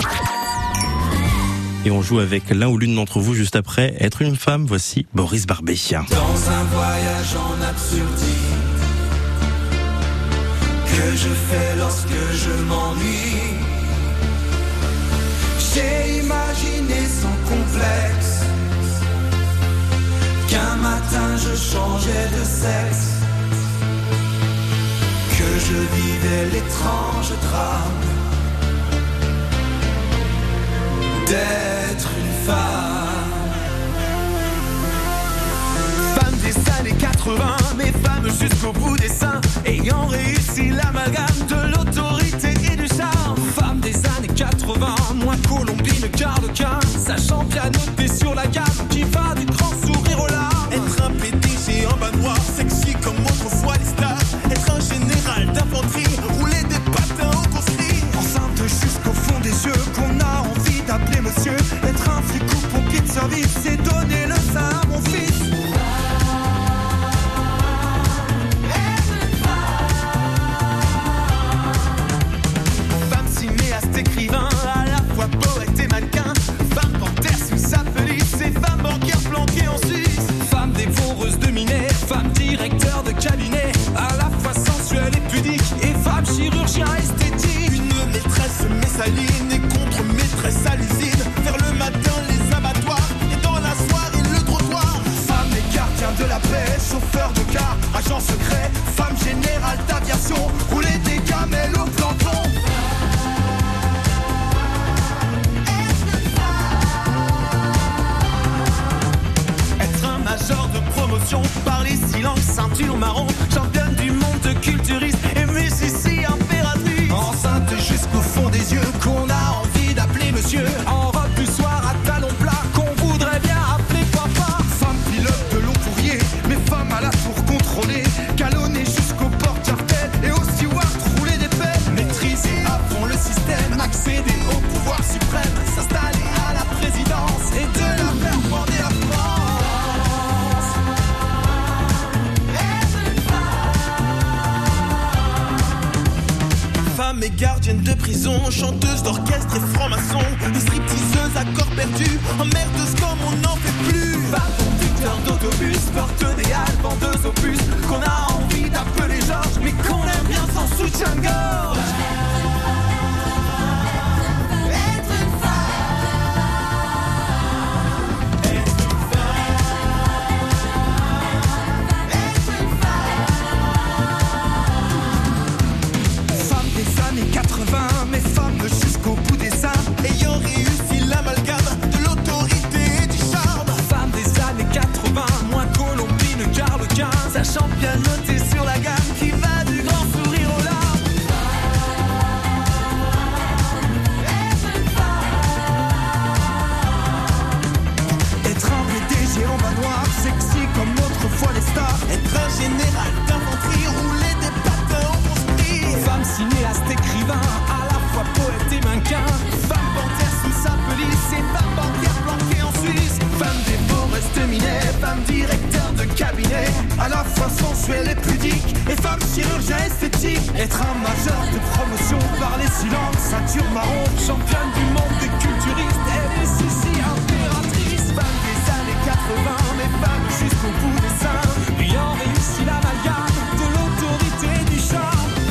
Et on joue avec l'un ou l'une d'entre vous juste après. Être une femme, voici Boris Barbet. Dans un voyage en absurdie que je fais lorsque je m'ennuie, j'ai imaginé sans complexe qu'un matin je changeais de sexe, que je vivais l'étrange drame d'être une femme. Femme des années quatre-vingts, mais femme jusqu'au bout des seins, ayant réussi l'amalgame de l'autorité et du charme. Femme des années quatre-vingts, moins colombine qu'arlequin, sachant pianoter sur la gamme, qui va du grand sourire au larmes. Être un P D G en bas noir, sexy comme autrefois les stars. Être un général d'infanterie, rouler des patins au conscrit. Enceinte jusqu'au fond des yeux, qu'on a envie d'appeler monsieur. Être un flic ou pompier de service, et donner le sein à mon fils. Écrivain, à la fois poète et mannequin. Femme panthère sous sa pelisse, et femme banquière planquée en Suisse. Femme dévoreuse de minaire, femme directeur de cabinet, à la fois sensuelle et pudique, et femme chirurgien esthétique. Une maîtresse messaline et contre-maîtresse à l'usine. Vers le matin les abattoirs, et dans la soirée prison, chanteuse d'orchestre et franc-maçon, des stripteaseuses à corps perdu, emmerdeuse comme on n'en fait plus. Femme conducteur d'autobus, porte des halles, vendeuse opus, qu'on a envie d'appeler Georges, mais qu'on aime bien sans soutien-gorge. quatre-vingts, mais femmes jusqu'au bout des seins, ayant réussi l'amalgame de l'autorité et du charme. Femmes des années quatre-vingts, moins Colombine, Carl quinze, sachant bien noter sur la gamme qui va du grand sourire aux larmes. Être un P D G en bas noir, sexy comme autrefois les stars. Être un général d'infanterie, rouler des patins en construit. Femme cinéaste, écrivain, à la fois poète et mannequin. Femme panthère sous sa police et femme banquière planquée en Suisse. Femme des forestes minets, femme directeur de cabinet, à la fois sensuelle et pudique, et femme chirurgien esthétique. Être un majeur de promotion par les silences, ceinture marron, championne du monde des culturistes. Elle est Sissi, impératrice. Femme des années quatre-vingts, mais femme jusqu'au bout des seins, ayant réussi l'amalgame de l'autorité et du charme.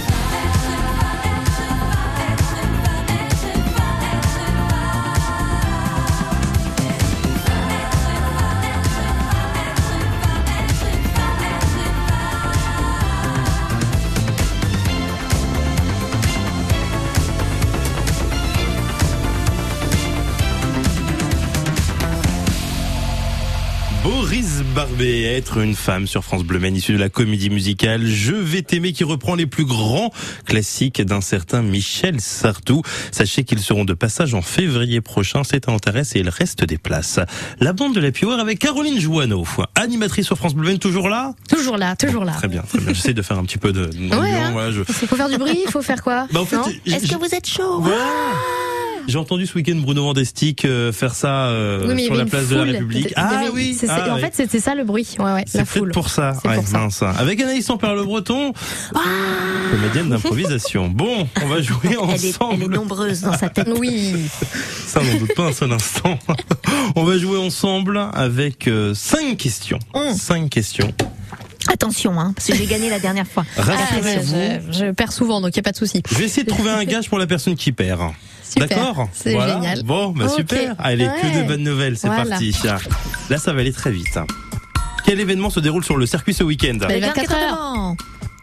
Boris Barbet, être une femme sur France Bleu Maine, issue de la comédie musicale Je vais t'aimer, qui reprend les plus grands classiques d'un certain Michel Sardou. Sachez qu'ils seront de passage en février prochain, c'est à intéresse et il reste des places. La bande de la Power avec Caroline Jouanneau, animatrice sur France Bleu Maine, toujours là? Toujours là, toujours là. Très bien, très bien. J'essaie de faire un petit peu de... Ouais, hein. Voilà, je... Il faut faire du bruit, il faut faire quoi? Bah, en fait, est-ce que vous êtes chaud? Ouais. J'ai entendu ce week-end Bruno Vandestick euh, faire ça euh, oui, sur la place de la République. Ah avait... oui, c'est, ah, en oui. fait c'était ça le bruit. Ouais, ouais, c'est la foule. peut-être pour ça. C'est ouais, pour ça. Mince. Avec Anaïs Amperle-Breton, ah comédienne d'improvisation. Bon, on va jouer ensemble. Elle est, elle est nombreuse dans sa tête. Oui. Ça, n'en doute pas un seul instant. On va jouer ensemble avec euh, cinq questions. Mmh. Cinq questions. Attention, hein, parce que j'ai gagné la dernière fois. Rassurez-vous. Ah, je, je perds souvent, donc il n'y a pas de souci. Je vais essayer de trouver un gage pour la personne qui perd. Super, d'accord, c'est voilà. génial. Bon, bah okay. super. Allez, ouais. que de bonnes nouvelles, c'est voilà. parti. Là, ça va aller très vite. Quel événement se déroule sur le circuit ce week-end? Les vingt-quatre heures.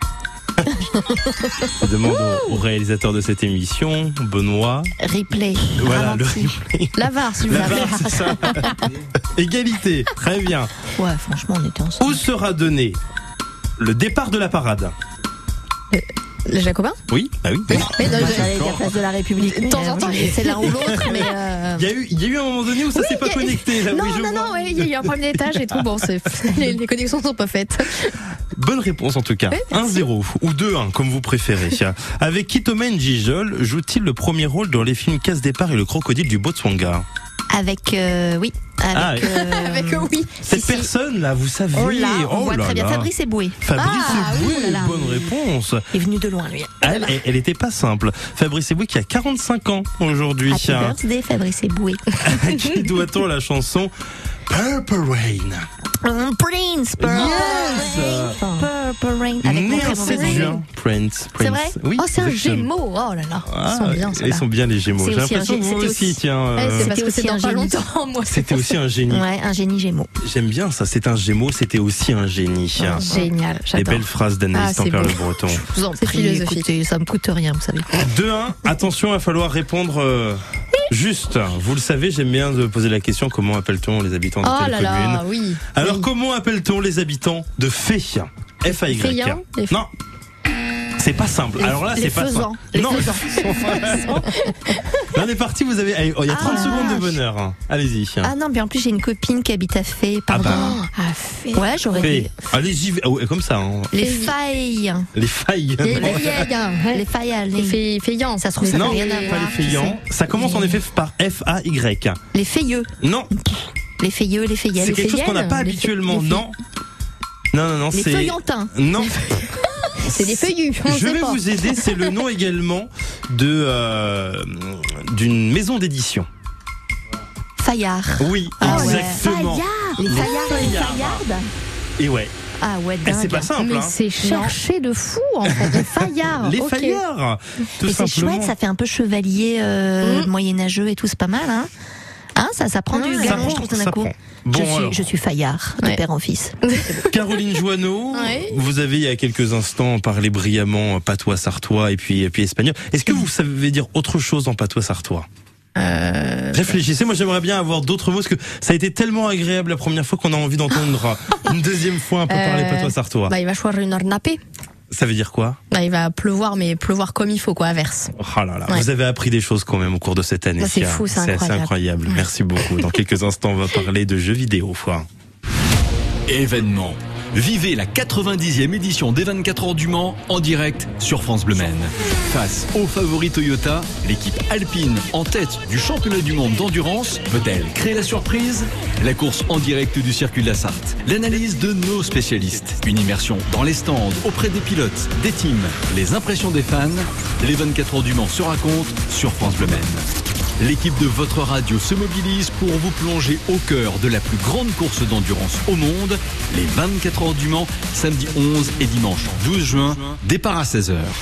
Je demande au, au réalisateur de cette émission, Benoît. Replay. Voilà, Ralenty. le replay. La V A R, si vous La V A R, voulez. c'est ça. Égalité, très bien. Ouais, franchement, on était ensemble. Où sera donné le départ de la parade? euh, Les Jacobins? Oui, bah oui. oui. Mais non, j'allais dire place de la République. De temps en temps, c'est l'un ou l'autre, mais euh... il y a eu, il y a eu un moment donné où ça oui, s'est pas a... connecté. Là, non, oui, je non, vois. non, ouais, il y a eu un problème d'étage et tout. Bon, c'est... Les, les connexions sont pas faites. Bonne réponse en tout cas. Oui, un zéro ou deux un comme vous préférez. Avec Kitomen Gijol joue-t-il le premier rôle dans les films Casse-Départ et le crocodile du Botswana? Avec, euh, oui. Avec, ah, euh... avec oui. Cette si, personne là, vous savez. Oh là, on oh voit là très bien. là. Fabrice Eboué. Fabrice ah, Eboué, oui, là, là. bonne réponse. Il est venu de loin lui. Elle, elle, elle était pas simple. Fabrice Eboué qui a quarante-cinq ans aujourd'hui. Happy birthday Fabrice Eboué. À qui doit-on la chanson Purple Rain? Um, Prince, Purple Yes. Rain. Purple Rain. Avec Né mon en très sept mauvais juin. Prince. C'est Prince. vrai? Oui. Oh, c'est un exactement. Gémeaux. Oh là là. Ah, Ils sont bien, ils ceux-là. sont bien les Gémeaux. C'est J'ai aussi un l'impression que gé- vous c'était aussi, aussi- tiens. Ouais, euh, c'est parce que C'était c'est dans aussi pas un génie. longtemps, moi. c'est C'était pour aussi un génie. Ouais, un génie Gémeaux. J'aime bien ça. C'est un Gémeaux, c'était aussi un génie. ça. Génial, Les j'adore. belles phrases d'Anaïs Ah, c'est beau. Amperle-Breton. Je vous en C'est prie, philosophique. écoutez, ça me coûte rien, vous savez. deux un. Attention, il va falloir répondre euh, juste. Vous le savez, j'aime bien de poser la question, comment appelle-t-on les habitants de Oh telle là commune? là, oui. Alors, Oui. comment appelle-t-on les habitants de Fay? F A Y. Fayant, les F- Non. C'est pas simple. Les- Alors là, les c'est pas faisans. simple. Les non. faisans. Là, on est parti, vous avez, allez, oh, il y a trente Ah, secondes de vache. bonheur. Allez-y. Ah non, mais en plus j'ai une copine qui habite à Fay, pardon. bah. Ah, fait. Ouais, j'aurais Fay. dit. Allez-y, ah ouais, comme ça. Hein. Les failles. Les failles. Les Non. Fayants. Les failles. Les Fay- Fayants. Ça se trouve, ça n'a Non, rien à pas voir. les Fayants. Ça commence en effet par F A Y. Les Fayeux. Non, Les Fayeux, les Fayelles. c'est quelque chose qu'on n'a pas les habituellement. les Non. Non, non, non, Les c'est. Feuillantins. Non. C'est des feuillus. On Je sait vais pas. vous aider. C'est le nom également de euh, d'une maison d'édition. Fayard. Oui, Ah ouais. exactement. Fayard. Les Fayards et les Fayardes. Et ouais. Ah ouais, Eh, dingue. c'est pas simple. Mais hein. c'est cherché de fou en fait. Les Fayards. Les Ok. Fayards. Tout Et c'est simplement. chouette, ça fait un peu chevalier euh, Mmh. moyenâgeux et tout, c'est pas mal, hein. Hein, ça, ça prend Ah, du ça galon, prend, je trouve, d'un ça coup. prend. Bon, je, suis, alors. je suis Fayard, de Ouais. père en fils. Caroline Joanneau, Ouais. vous avez il y a quelques instants parlé brillamment patois sartois et puis, et puis espagnol. Est-ce que vous savez dire autre chose en patois sartois? Euh... Réfléchissez, moi j'aimerais bien avoir d'autres mots parce que ça a été tellement agréable la première fois qu'on a envie d'entendre une deuxième fois un peu parler Euh, patois sartois. Bah, il va choisir une heure nappée. Ça veut dire quoi? Bah, il va pleuvoir, mais pleuvoir comme il faut, quoi, averse. Oh là là, Ouais. vous avez appris des choses quand même au cours de cette année. Bah, c'est fou, c'est assez incroyable. incroyable. Merci beaucoup. Dans quelques instants, on va parler de jeux vidéo. Quoi. Événement. Vivez la quatre-vingt-dixième édition des vingt-quatre heures du Mans en direct sur France Bleu Maine. Face aux favoris Toyota, l'équipe alpine en tête du championnat du monde d'endurance peut-elle créer la surprise? La course en direct du circuit de la Sarthe, l'analyse de nos spécialistes, une immersion dans les stands auprès des pilotes, des teams, les impressions des fans. Les vingt-quatre heures du Mans se racontent sur France Bleu Maine. L'équipe de votre radio se mobilise pour vous plonger au cœur de la plus grande course d'endurance au monde, les vingt-quatre heures du Mans, samedi onze et dimanche douze juin, départ à seize heures.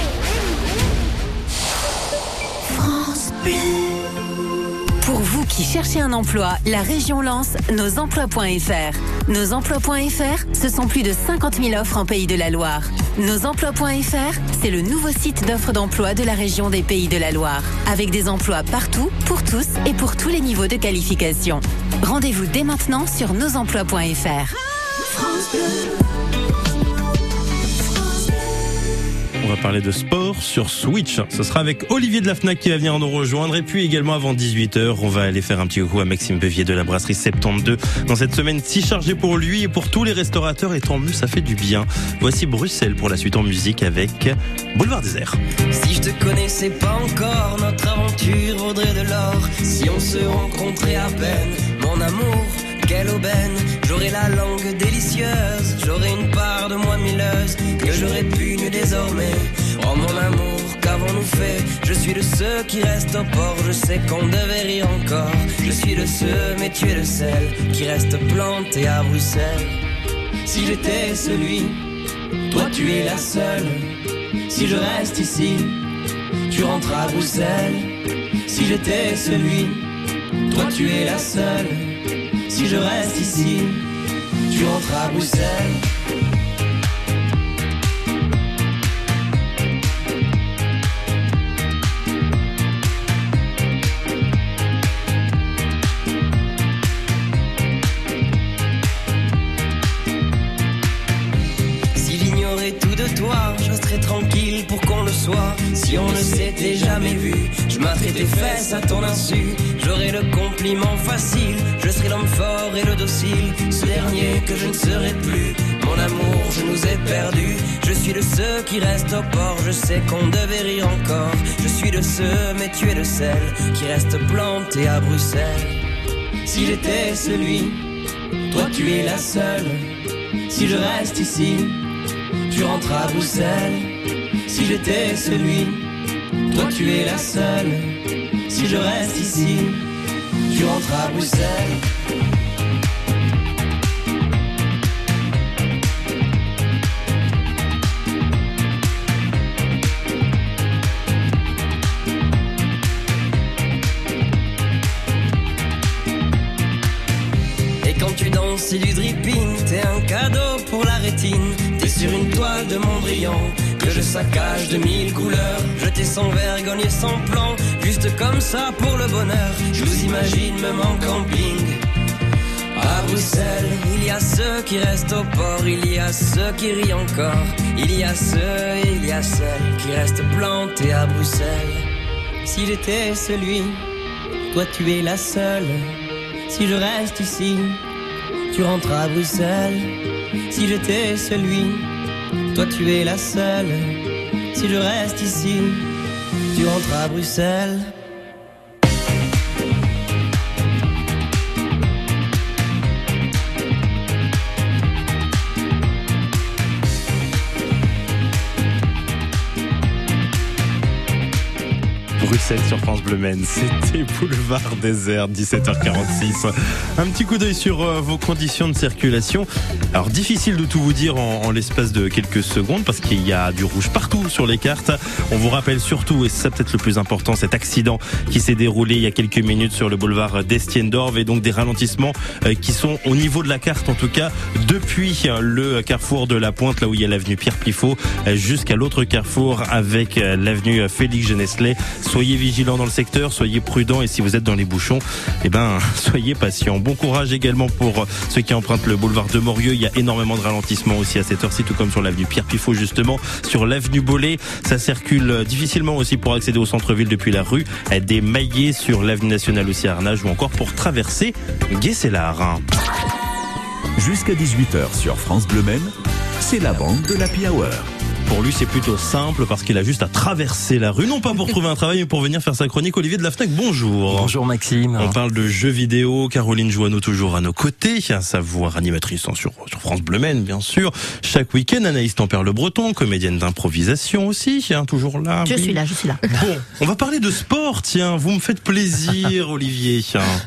France Bleu. Pour vous qui cherchez un emploi, la région lance nos emplois point f r. Nos emplois point f r, ce sont plus de cinquante mille offres en Pays de la Loire. Nos emplois point f r, c'est le nouveau site d'offres d'emploi de la région des Pays de la Loire. Avec des emplois partout, pour tous et pour tous les niveaux de qualification. Rendez-vous dès maintenant sur nos emplois point f r. France Bleu. On va parler de sport sur Switch. Ce sera avec Olivier de la FNAC qui va venir nous rejoindre. Et puis également avant dix-huit heures, on va aller faire un petit coucou à Maxime Bevier de la brasserie soixante-douze. Dans cette semaine si chargée pour lui et pour tous les restaurateurs, et tant mieux, ça fait du bien. Voici Bruxelles pour la suite en musique avec Boulevard Désert. Si je te connaissais pas encore, notre aventure vaudrait de l'or. Si on se rencontrait à peine, mon amour, quelle aubaine. J'aurais la langue délicieuse, j'aurais une part de moi milleuse que j'aurais pu nu désormais. Oh mon amour, qu'avons-nous fait? Je suis de ceux qui restent au port, je sais qu'on devait rire encore. Je suis de ceux, mais tu es le seul qui reste planté à Bruxelles. Si j'étais celui, toi tu es la seule. Si je reste ici, tu rentres à Bruxelles. Si j'étais celui, toi tu es la seule. Si je reste ici, tu rentres à Bruxelles. Si j'ignorais tout de toi, je serais tranquille pour qu'on le soit. Si on ne s'était jamais vu, je m'atterais tes fesses à ton insu. J'aurais le compliment facile, je serais l'homme fort et le docile. Ce dernier que je ne serai plus. Mon amour, je nous ai perdus. Je suis de ceux qui restent au port, je sais qu'on devait rire encore. Je suis de ceux, mais tu es le seul qui reste planté à Bruxelles. Si j'étais celui, toi tu es la seule. Si je reste ici, tu rentres à Bruxelles. Si j'étais celui, toi tu es la seule. Si je reste ici, tu rentres à Bruxelles. Et quand tu danses, c'est du dripping, t'es un cadeau pour la rétine. T'es sur une toile de Mondrian que je saccage de mille couleurs. Jeté sans vergogne et sans plan, juste comme ça pour le bonheur. Je vous imagine même en camping. À Bruxelles, il y a ceux qui restent au port, il y a ceux qui rient encore. Il y a ceux et il y a celles qui restent plantés à Bruxelles. Si j'étais celui, toi tu es la seule. Si je reste ici, tu rentres à Bruxelles. Si j'étais celui, toi tu es la seule. Si je reste ici, tu rentres à Bruxelles. dix-sept sur France Bleu Maine. C'était Boulevard Désert, dix-sept heures quarante-six. Un petit coup d'œil sur euh, vos conditions de circulation. Alors difficile de tout vous dire en, en l'espace de quelques secondes parce qu'il y a du rouge partout sur les cartes. On vous rappelle surtout, et c'est ça peut-être le plus important, cet accident qui s'est déroulé il y a quelques minutes sur le boulevard d'Estienne-d'Orve et donc des ralentissements euh, qui sont au niveau de la carte en tout cas depuis le carrefour de la Pointe, là où il y a l'avenue Pierre Plifot, euh, jusqu'à l'autre carrefour avec euh, l'avenue Félix Genesley. Soyez vigilants dans le secteur, soyez prudents et si vous êtes dans les bouchons, eh ben soyez patients. Bon courage également pour ceux qui empruntent le boulevard de Morieux. Il y a énormément de ralentissements aussi à cette heure-ci, tout comme sur l'avenue Pierre Plifot justement, sur l'avenue Bollé. Ça circule difficilement aussi pour accéder au centre-ville depuis la rue des Maillets, sur l'avenue nationale aussi à Arnage ou encore pour traverser Guesselard. Jusqu'à dix-huit heures sur France Bleu Maine, c'est la bande de l'Happy Hour. Pour lui, c'est plutôt simple parce qu'il a juste à traverser la rue, non pas pour trouver un travail, mais pour venir faire sa chronique. Olivier de la Fnac, bonjour. Bonjour Maxime. On parle de jeux vidéo. Caroline Joanneau toujours à nos côtés, à savoir animatrice hein, sur, sur France Bleu Maine, bien sûr. Chaque week-end, Anaïs Tempère-Le-Breton, comédienne d'improvisation aussi, hein, toujours là. Je oui. suis là, je suis là. Bon, on va parler de sport, tiens. Vous me faites plaisir, Olivier.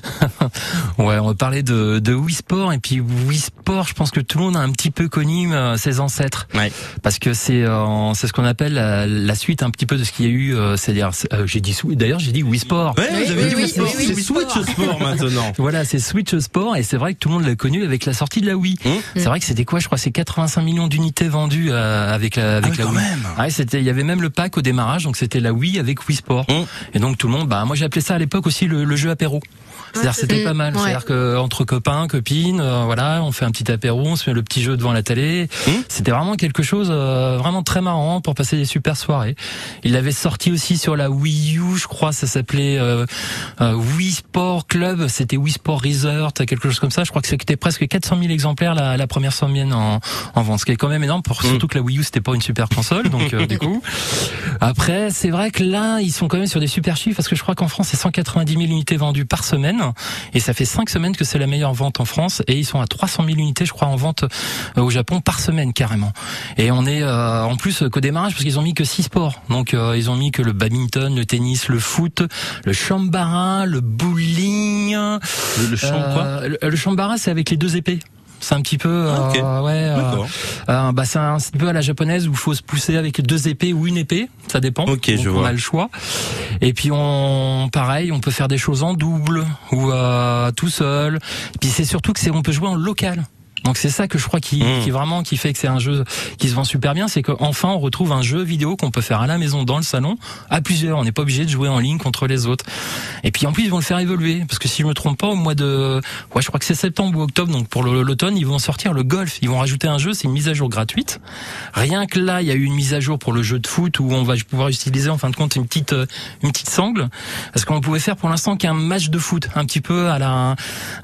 Ouais, on va parler de, de Wii Sport. Et puis Wii Sport, je pense que tout le monde a un petit peu connu euh, ses ancêtres. Ouais. Parce que c'est... Euh, c'est ce qu'on appelle la, la suite un petit peu de ce qu'il y a eu. Euh, c'est-à-dire, euh, j'ai dit d'ailleurs j'ai dit Wii Sport. Ouais, vous avez dit oui, Wii Sport. oui, C'est oui, Switch Sport, sport maintenant. Voilà, c'est Switch Sport et c'est vrai que tout le monde l'a connu avec la sortie de la Wii. Mmh. C'est vrai que c'était quoi? Je crois c'est quatre-vingt-cinq millions d'unités vendues euh, avec la avec ah oui, la Wii. Même. Ouais, c'était. Il y avait même le pack au démarrage, donc c'était la Wii avec Wii Sport. Mmh. Et donc tout le monde, bah moi j'ai appelé ça à l'époque aussi le, le jeu apéro. C'est-à-dire c'était mmh, pas mal. Ouais. C'est-à-dire que entre copains, copines, euh, voilà, on fait un petit apéro, on se met le petit jeu devant la télé. Mmh. C'était vraiment quelque chose euh, vraiment très marrant pour passer des super soirées. Il l'avait sorti aussi sur la Wii U, je crois, ça s'appelait euh, euh, Wii Sport Club, c'était Wii Sport Resort, quelque chose comme ça. Je crois que c'était presque quatre cent mille exemplaires la, la première semaine en, en vente, ce qui est quand même énorme. Pour, mmh. Surtout que la Wii U c'était pas une super console, donc euh, du coup. Après, c'est vrai que là, ils sont quand même sur des super chiffres parce que je crois qu'en France c'est cent quatre-vingt-dix mille unités vendues par semaine. Et ça fait cinq semaines que c'est la meilleure vente en France et ils sont à trois cent mille unités je crois en vente euh, au Japon par semaine carrément. Et on est euh, en plus qu'au démarrage parce qu'ils ont mis que six sports. Donc euh, ils ont mis que le badminton, le tennis, le foot, le chambara, le bowling. Le, le champ euh, quoi le, le chambara c'est avec les deux épées. C'est un petit peu, okay. euh, ouais, euh, euh, bah c'est un, un petit peu à la japonaise où il faut se pousser avec deux épées ou une épée, ça dépend. Ok, donc je on vois. a le choix. Et puis on, pareil, on peut faire des choses en double ou euh, tout seul. Et puis c'est surtout que c'est, on peut jouer en local. Donc c'est ça que je crois qui, mmh. qui vraiment qui fait que c'est un jeu qui se vend super bien, c'est qu'enfin on retrouve un jeu vidéo qu'on peut faire à la maison dans le salon à plusieurs. On n'est pas obligé de jouer en ligne contre les autres. Et puis en plus ils vont le faire évoluer parce que si je me trompe pas au mois de, ouais je crois que c'est septembre ou octobre, donc pour l'automne ils vont sortir le golf. Ils vont rajouter un jeu, c'est une mise à jour gratuite. Rien que là il y a eu une mise à jour pour le jeu de foot où on va pouvoir utiliser en fin de compte une petite une petite sangle parce qu'on pouvait faire pour l'instant qu'un match de foot un petit peu à la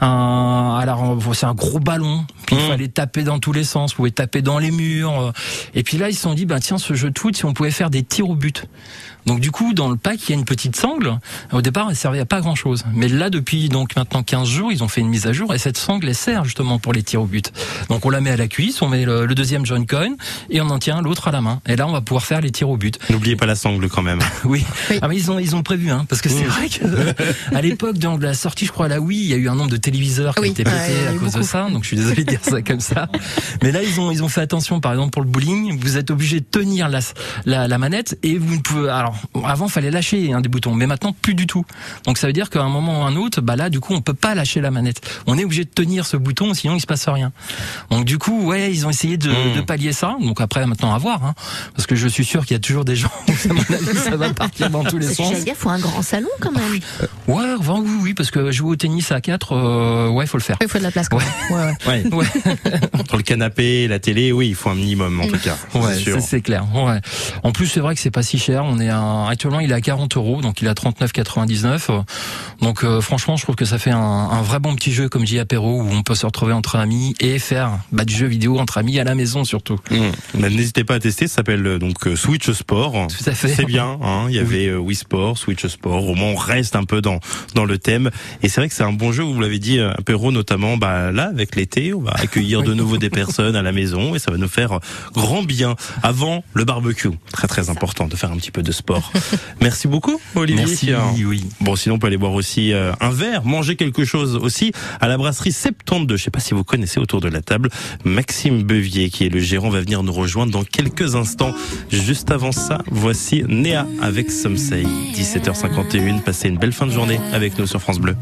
un, à la c'est un gros ballon. Puis il fallait taper dans tous les sens, vous pouvez taper dans les murs. Et puis là, ils se sont dit, bah tiens, ce jeu de foot, si on pouvait faire des tirs au but. Donc du coup, dans le pack, il y a une petite sangle. Au départ, elle servait à pas grand-chose. Mais là, depuis donc maintenant quinze jours, ils ont fait une mise à jour et cette sangle, elle sert justement pour les tirs au but. Donc on la met à la cuisse, on met le, le deuxième Joy-Con et on en tient l'autre à la main. Et là, on va pouvoir faire les tirs au but. N'oubliez pas la sangle quand même. oui. oui. Ah mais ils ont ils ont prévu, hein, parce que c'est mmh. vrai que à l'époque de la sortie, je crois à la Wii, il y a eu un nombre de téléviseurs qui oui. étaient pétés ouais, à cause beaucoup. de ça. Donc je suis désolé de dire ça comme ça. Mais là, ils ont ils ont fait attention. Par exemple, pour le bowling, vous êtes obligé de tenir la la, la manette et vous ne pouvez. Alors avant, fallait lâcher hein, des boutons, mais maintenant plus du tout. Donc ça veut dire qu'à un moment ou un autre, bah là du coup on peut pas lâcher la manette. On est obligé de tenir ce bouton, sinon il se passe rien. Donc du coup ouais ils ont essayé de, mmh. de pallier ça. Donc après maintenant à voir, hein, parce que je suis sûr qu'il y a toujours des gens où à mon avis ça va partir dans tous les sens. Il faut un grand salon quand même. Ouais, enfin, oui, oui, parce que jouer au tennis à quatre, euh, ouais, faut le faire. Il faut de la place quand ouais. même. Ouais, ouais. ouais. Entre le canapé et la télé, oui, il faut un minimum en tout cas. Ouais, c'est, c'est clair. Ouais. En plus c'est vrai que c'est pas si cher. On est à, actuellement il est à quarante euros, donc il est à trente-neuf quatre-vingt-dix-neuf. Donc euh, franchement, je trouve que ça fait un, un vrai bon petit jeu comme dit apéro où on peut se retrouver entre amis et faire bah, du jeu vidéo entre amis à la maison surtout. Mmh. Bah, n'hésitez pas à tester, ça s'appelle donc Switch Sport. Tout à fait. C'est bien, hein. Il y avait oui. Wii Sport, Switch Sport. Au moins on reste un peu dans dans le thème. Et c'est vrai que c'est un bon jeu. Vous l'avez dit, apéro notamment. Bah là avec l'été, on va va accueillir de nouveau des personnes à la maison et ça va nous faire grand bien avant le barbecue. Très très important de faire un petit peu de sport. Merci beaucoup Olivier. Merci, oui. Bon, sinon on peut aller boire aussi euh, un verre, manger quelque chose aussi à la brasserie soixante-douze. Je sais pas si vous connaissez autour de la table Maxime Bevier qui est le gérant, va venir nous rejoindre dans quelques instants. Juste avant ça, voici Néa avec Some Say. dix-sept heures cinquante et un, passez une belle fin de journée avec nous sur France Bleu.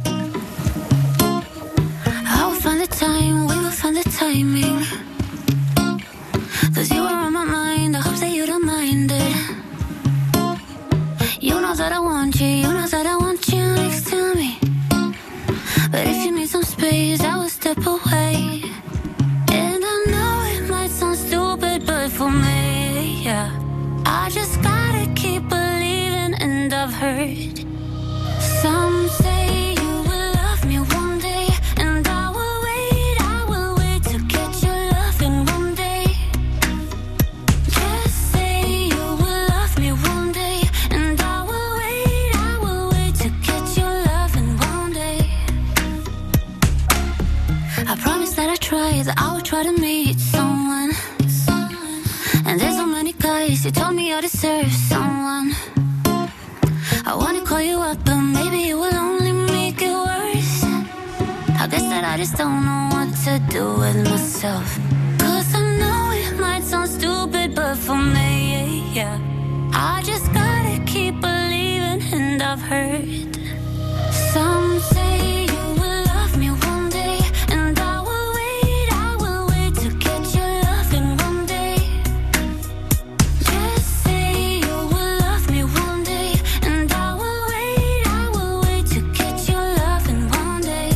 That I want you, you know that I want you next to me. But if you need some space, I will step away. And I know it might sound stupid, but for me, yeah, I just gotta keep believing. And I've heard some say you will love me one day, and I will wait, I will wait to get your love in one day. Just say you will love me one day, and I will I promise that I try, that I will try to meet someone. And there's so many guys who told me I deserve someone. I wanna call you up, but maybe it will only make it worse. I guess that I just don't know what to do with myself. Cause I know it might sound stupid, but for me, yeah, I just gotta keep believing. And I've heard some say you will love me one day, and I will wait, I will wait to get your love in one day. Just say you will love me one day, and I will wait, I will wait to get your love in one day.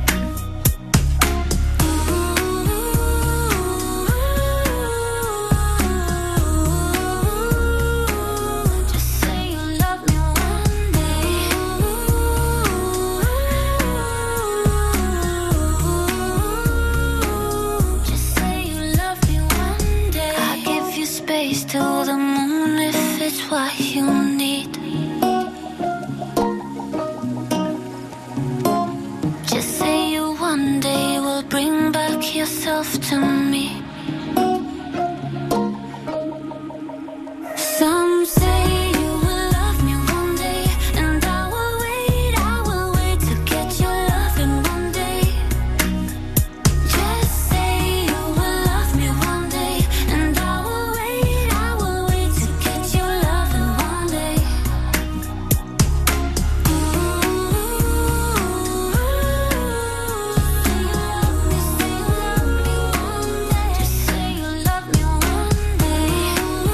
Just say you love me one day. Just say you love me one day. I give you space to the moon if it's what you need. Just say you one day will bring back yourself to me. Some say you will love me one day, and I will wait, I will wait to get your love in one day. Just say you will love me one day, and I will wait, I will wait to get your love in one day. Just say you love me one day.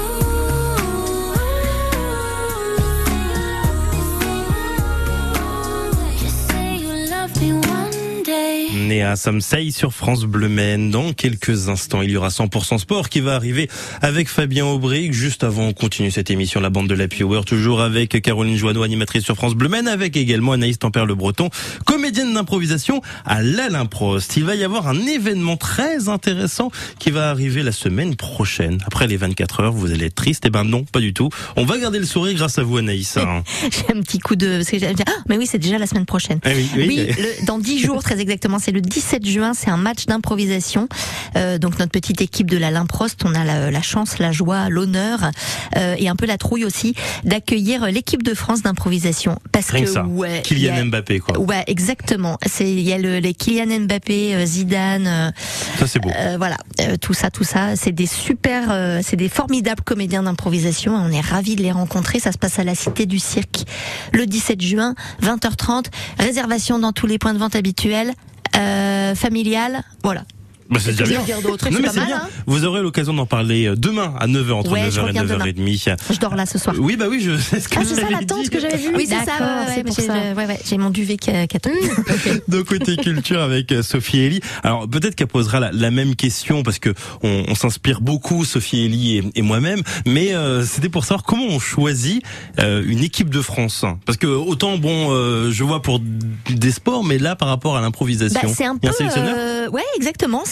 Just say you love me one day. Néa Some Say sur France Bleu Maine. Dans quelques instants, il y aura cent pour cent sport qui va arriver avec Fabien Aubric. Juste avant, on continue cette émission, la bande de l'Happy Hour, toujours avec Caroline Joanneau, animatrice sur France Bleu Maine, avec également Anaïs Tempère-Le-Breton, comédienne d'improvisation à l'Alain-Prost. Il va y avoir un événement très intéressant qui va arriver la semaine prochaine. Après les vingt-quatre heures, vous allez être triste. Eh ben non, pas du tout. On va garder le sourire grâce à vous, Anaïs. Hein. J'ai un petit coup de... parce que j'allais dire, ah, mais oui, c'est déjà la semaine prochaine. Eh oui, oui. le- dans dix jours, très exactement, c'est le dix-sept juin, c'est un match d'improvisation. Euh, donc notre petite équipe de l'Alain-Prost, on a la, la chance, la joie, l'honneur euh, et un peu la trouille aussi d'accueillir l'équipe de France d'improvisation. Parce Rien que que ça. ouais, Kylian il y a- Mbappé, quoi. Ouais, exactement. C'est il y a le, les Kylian Mbappé, euh, Zidane. euh, Ça, c'est beau. euh, voilà, euh, tout ça, tout ça, c'est des super, euh, c'est des formidables comédiens d'improvisation. On est ravis de les rencontrer. Ça se passe à la Cité du Cirque le dix-sept juin, vingt heures trente. Réservation dans tous les points de vente habituels, euh, familial. Voilà. Bah, c'est Qu'est-ce déjà que je bien. veux dire d'autre? Non, C'est mais pas c'est mal, bien. hein. Vous aurez l'occasion d'en parler demain à neuf heures, entre Ouais, neuf je heures et reviens neuf heures trente. Je dors là ce soir. Oui, bah oui, je sais ce que Ah, c'est ça j'avais la tente dit. que j'avais vue. Oui, c'est ça. D'accord, Ouais, c'est ouais, pour j'ai, ça. euh, ouais, ouais, j'ai mon duvet qui a, qui a tout. De côté culture avec euh, Sophie Elie. Alors peut-être qu'elle posera la, la même question parce que on, on s'inspire beaucoup, Sophie Elie et, et moi-même. Mais euh, c'était pour savoir comment on choisit euh, une équipe de France. Parce que autant bon, euh, je vois pour des sports, mais là par rapport à l'improvisation, Bah, c'est un il y peu, a un sélectionneur. euh, ouais, exactement.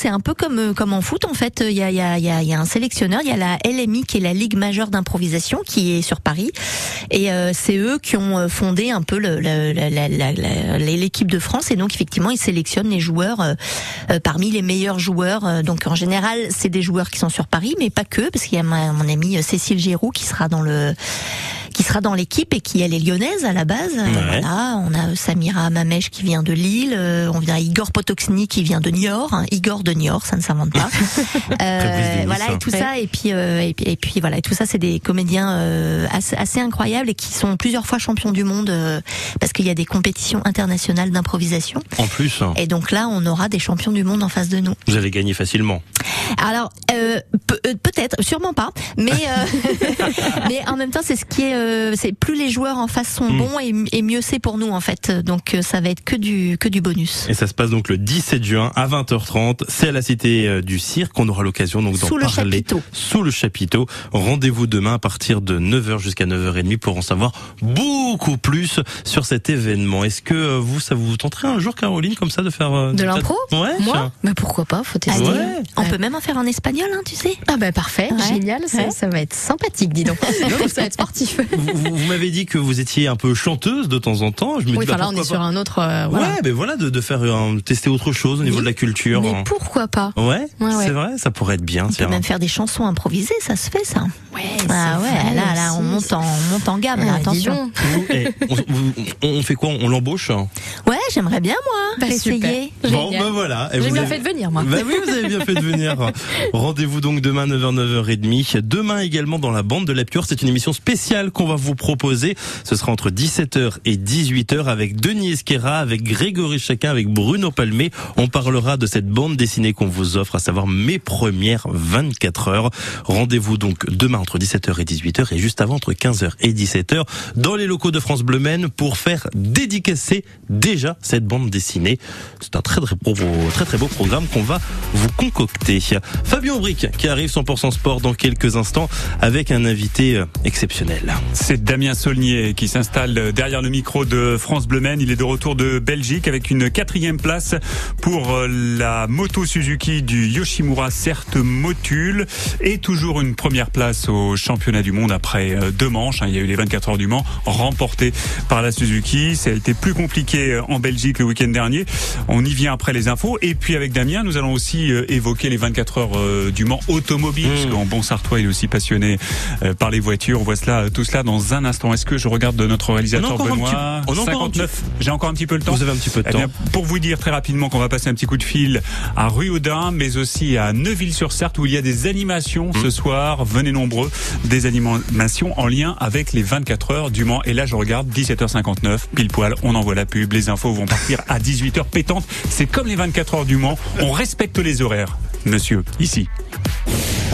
c'est un peu comme comme en foot en fait. Il y a il y a il y a, il y a un sélectionneur, il y a la L M I qui est la Ligue majeure d'improvisation qui est sur Paris, et euh, c'est eux qui ont fondé un peu le, le, la, la, la, la, l'équipe de France, et donc effectivement ils sélectionnent les joueurs euh, euh, parmi les meilleurs joueurs. Euh, donc en général c'est des joueurs qui sont sur Paris, mais pas que, parce qu'il y a ma, mon amie Cécile Giroud qui sera dans le qui sera dans l'équipe et qui elle est lyonnaise à la base. Ouais. Voilà, on a Samira Mamèche qui vient de Lille, euh, on vient Igor Potoczny qui vient de Niort, hein, Igor de Niort, ça ne s'invente pas. euh, voilà, et tout ouais. ça, et puis, euh, et puis et puis voilà, et tout ça c'est des comédiens euh, assez, assez incroyables et qui sont plusieurs fois champions du monde euh, parce qu'il y a des compétitions internationales d'improvisation. En plus. Et donc là, on aura des champions du monde en face de nous. Vous allez gagner facilement. Alors euh, pe- euh, peut-être, sûrement pas, mais euh, mais en même temps c'est ce qui est euh, c'est plus les joueurs en face sont mmh. bons et, et mieux c'est pour nous en fait. Donc ça va être que du que du bonus. Et ça se passe donc le dix-sept juin à vingt heures trente, c'est à la Cité du Cirque. On aura l'occasion donc d'en sous parler le chapiteau. Sous le chapiteau. Rendez-vous demain à partir de neuf heures jusqu'à neuf heures trente pour en savoir beaucoup plus sur cet événement. Est-ce que vous ça vous tenterait un jour, Caroline, comme ça de faire euh, de l'impro? Ouais. Moi, mais bah pourquoi pas, faut tester. Ouais. On ouais. peut même en faire en espagnol, hein, tu sais. Ah bah parfait, ouais. génial, ça, ouais. ça va être sympathique, dis donc. Non, ça va être sportif. Vous, vous, vous m'avez dit que vous étiez un peu chanteuse de temps en temps. Je me oui, dis, enfin bah, là on est pas. sur un autre. Euh, voilà. Ouais, mais voilà, de, de faire un, tester autre chose au niveau mais, de la culture. Mais hein. pourquoi pas? Ouais, ouais, ouais. c'est vrai, ça pourrait être bien. On tiens. peut même faire des chansons improvisées, ça se fait ça. Ouais, ah ouais, vrai, là, là, on monte en, on monte en gamme. Ah, là, attention. Vous, eh, on, vous, on fait quoi? On l'embauche? Ouais, j'aimerais bien moi. Bah, essayer. Bon, ben bah, voilà. J'ai bien avez... fait de venir, moi. Bah oui, vous avez bien fait de venir. Rendez-vous donc demain neuf heures, neuf heures trente. Demain également dans la bande de l'Happy Hour. C'est une émission spéciale qu'on va vous proposer. Ce sera entre dix-sept heures et dix-huit heures avec Denis Esquera, avec Grégory Chacun, avec Bruno Palmé. On parlera de cette bande dessinée qu'on vous offre, à savoir Mes premières vingt-quatre heures. Rendez-vous donc demain entre dix-sept heures et dix-huit heures et juste avant entre quinze heures et dix-sept heures dans les locaux de France Bleu Maine pour faire dédicacer déjà cette bande dessinée. C'est un très très beau, très très beau programme qu'on va vous concocter. Fabien Aubric qui arrive cent pour cent sport dans quelques instants avec un invité exceptionnel. C'est Damien Saulnier qui s'installe derrière le micro de France Bleu Maine. Il est de retour de Belgique avec une quatrième place pour la moto Suzuki du Yoshimura Certes Motul et toujours une première place au championnat du monde après deux manches. Il y a eu les vingt-quatre heures du Mans remportées par la Suzuki. Ça a été plus compliqué en Belgique le week-end dernier. On y vient après les infos. Et puis avec Damien, nous allons aussi évoquer les vingt-quatre heures du Mans automobile, mmh. parce qu'en bon sartois, il est aussi passionné par les voitures. On voit cela, tout cela dans un instant. Est-ce que je regarde de notre réalisateur Benoît petit... cinquante-neuf. J'ai encore un petit peu le temps. Vous avez un petit peu de temps. Eh bien, pour vous dire très rapidement qu'on va passer un petit coup de fil à Ruaudin, mais aussi à Neuville-sur-Sarthe où il y a des animations mmh. ce soir. Venez nombreux. Des animations en lien avec les vingt-quatre heures du Mans. Et là, je regarde dix-sept heures cinquante-neuf, pile poil. On envoie la pub. Les infos vont partir à dix-huit heures pétantes. C'est comme les vingt-quatre heures du Mans. On respecte les horaires, monsieur, ici.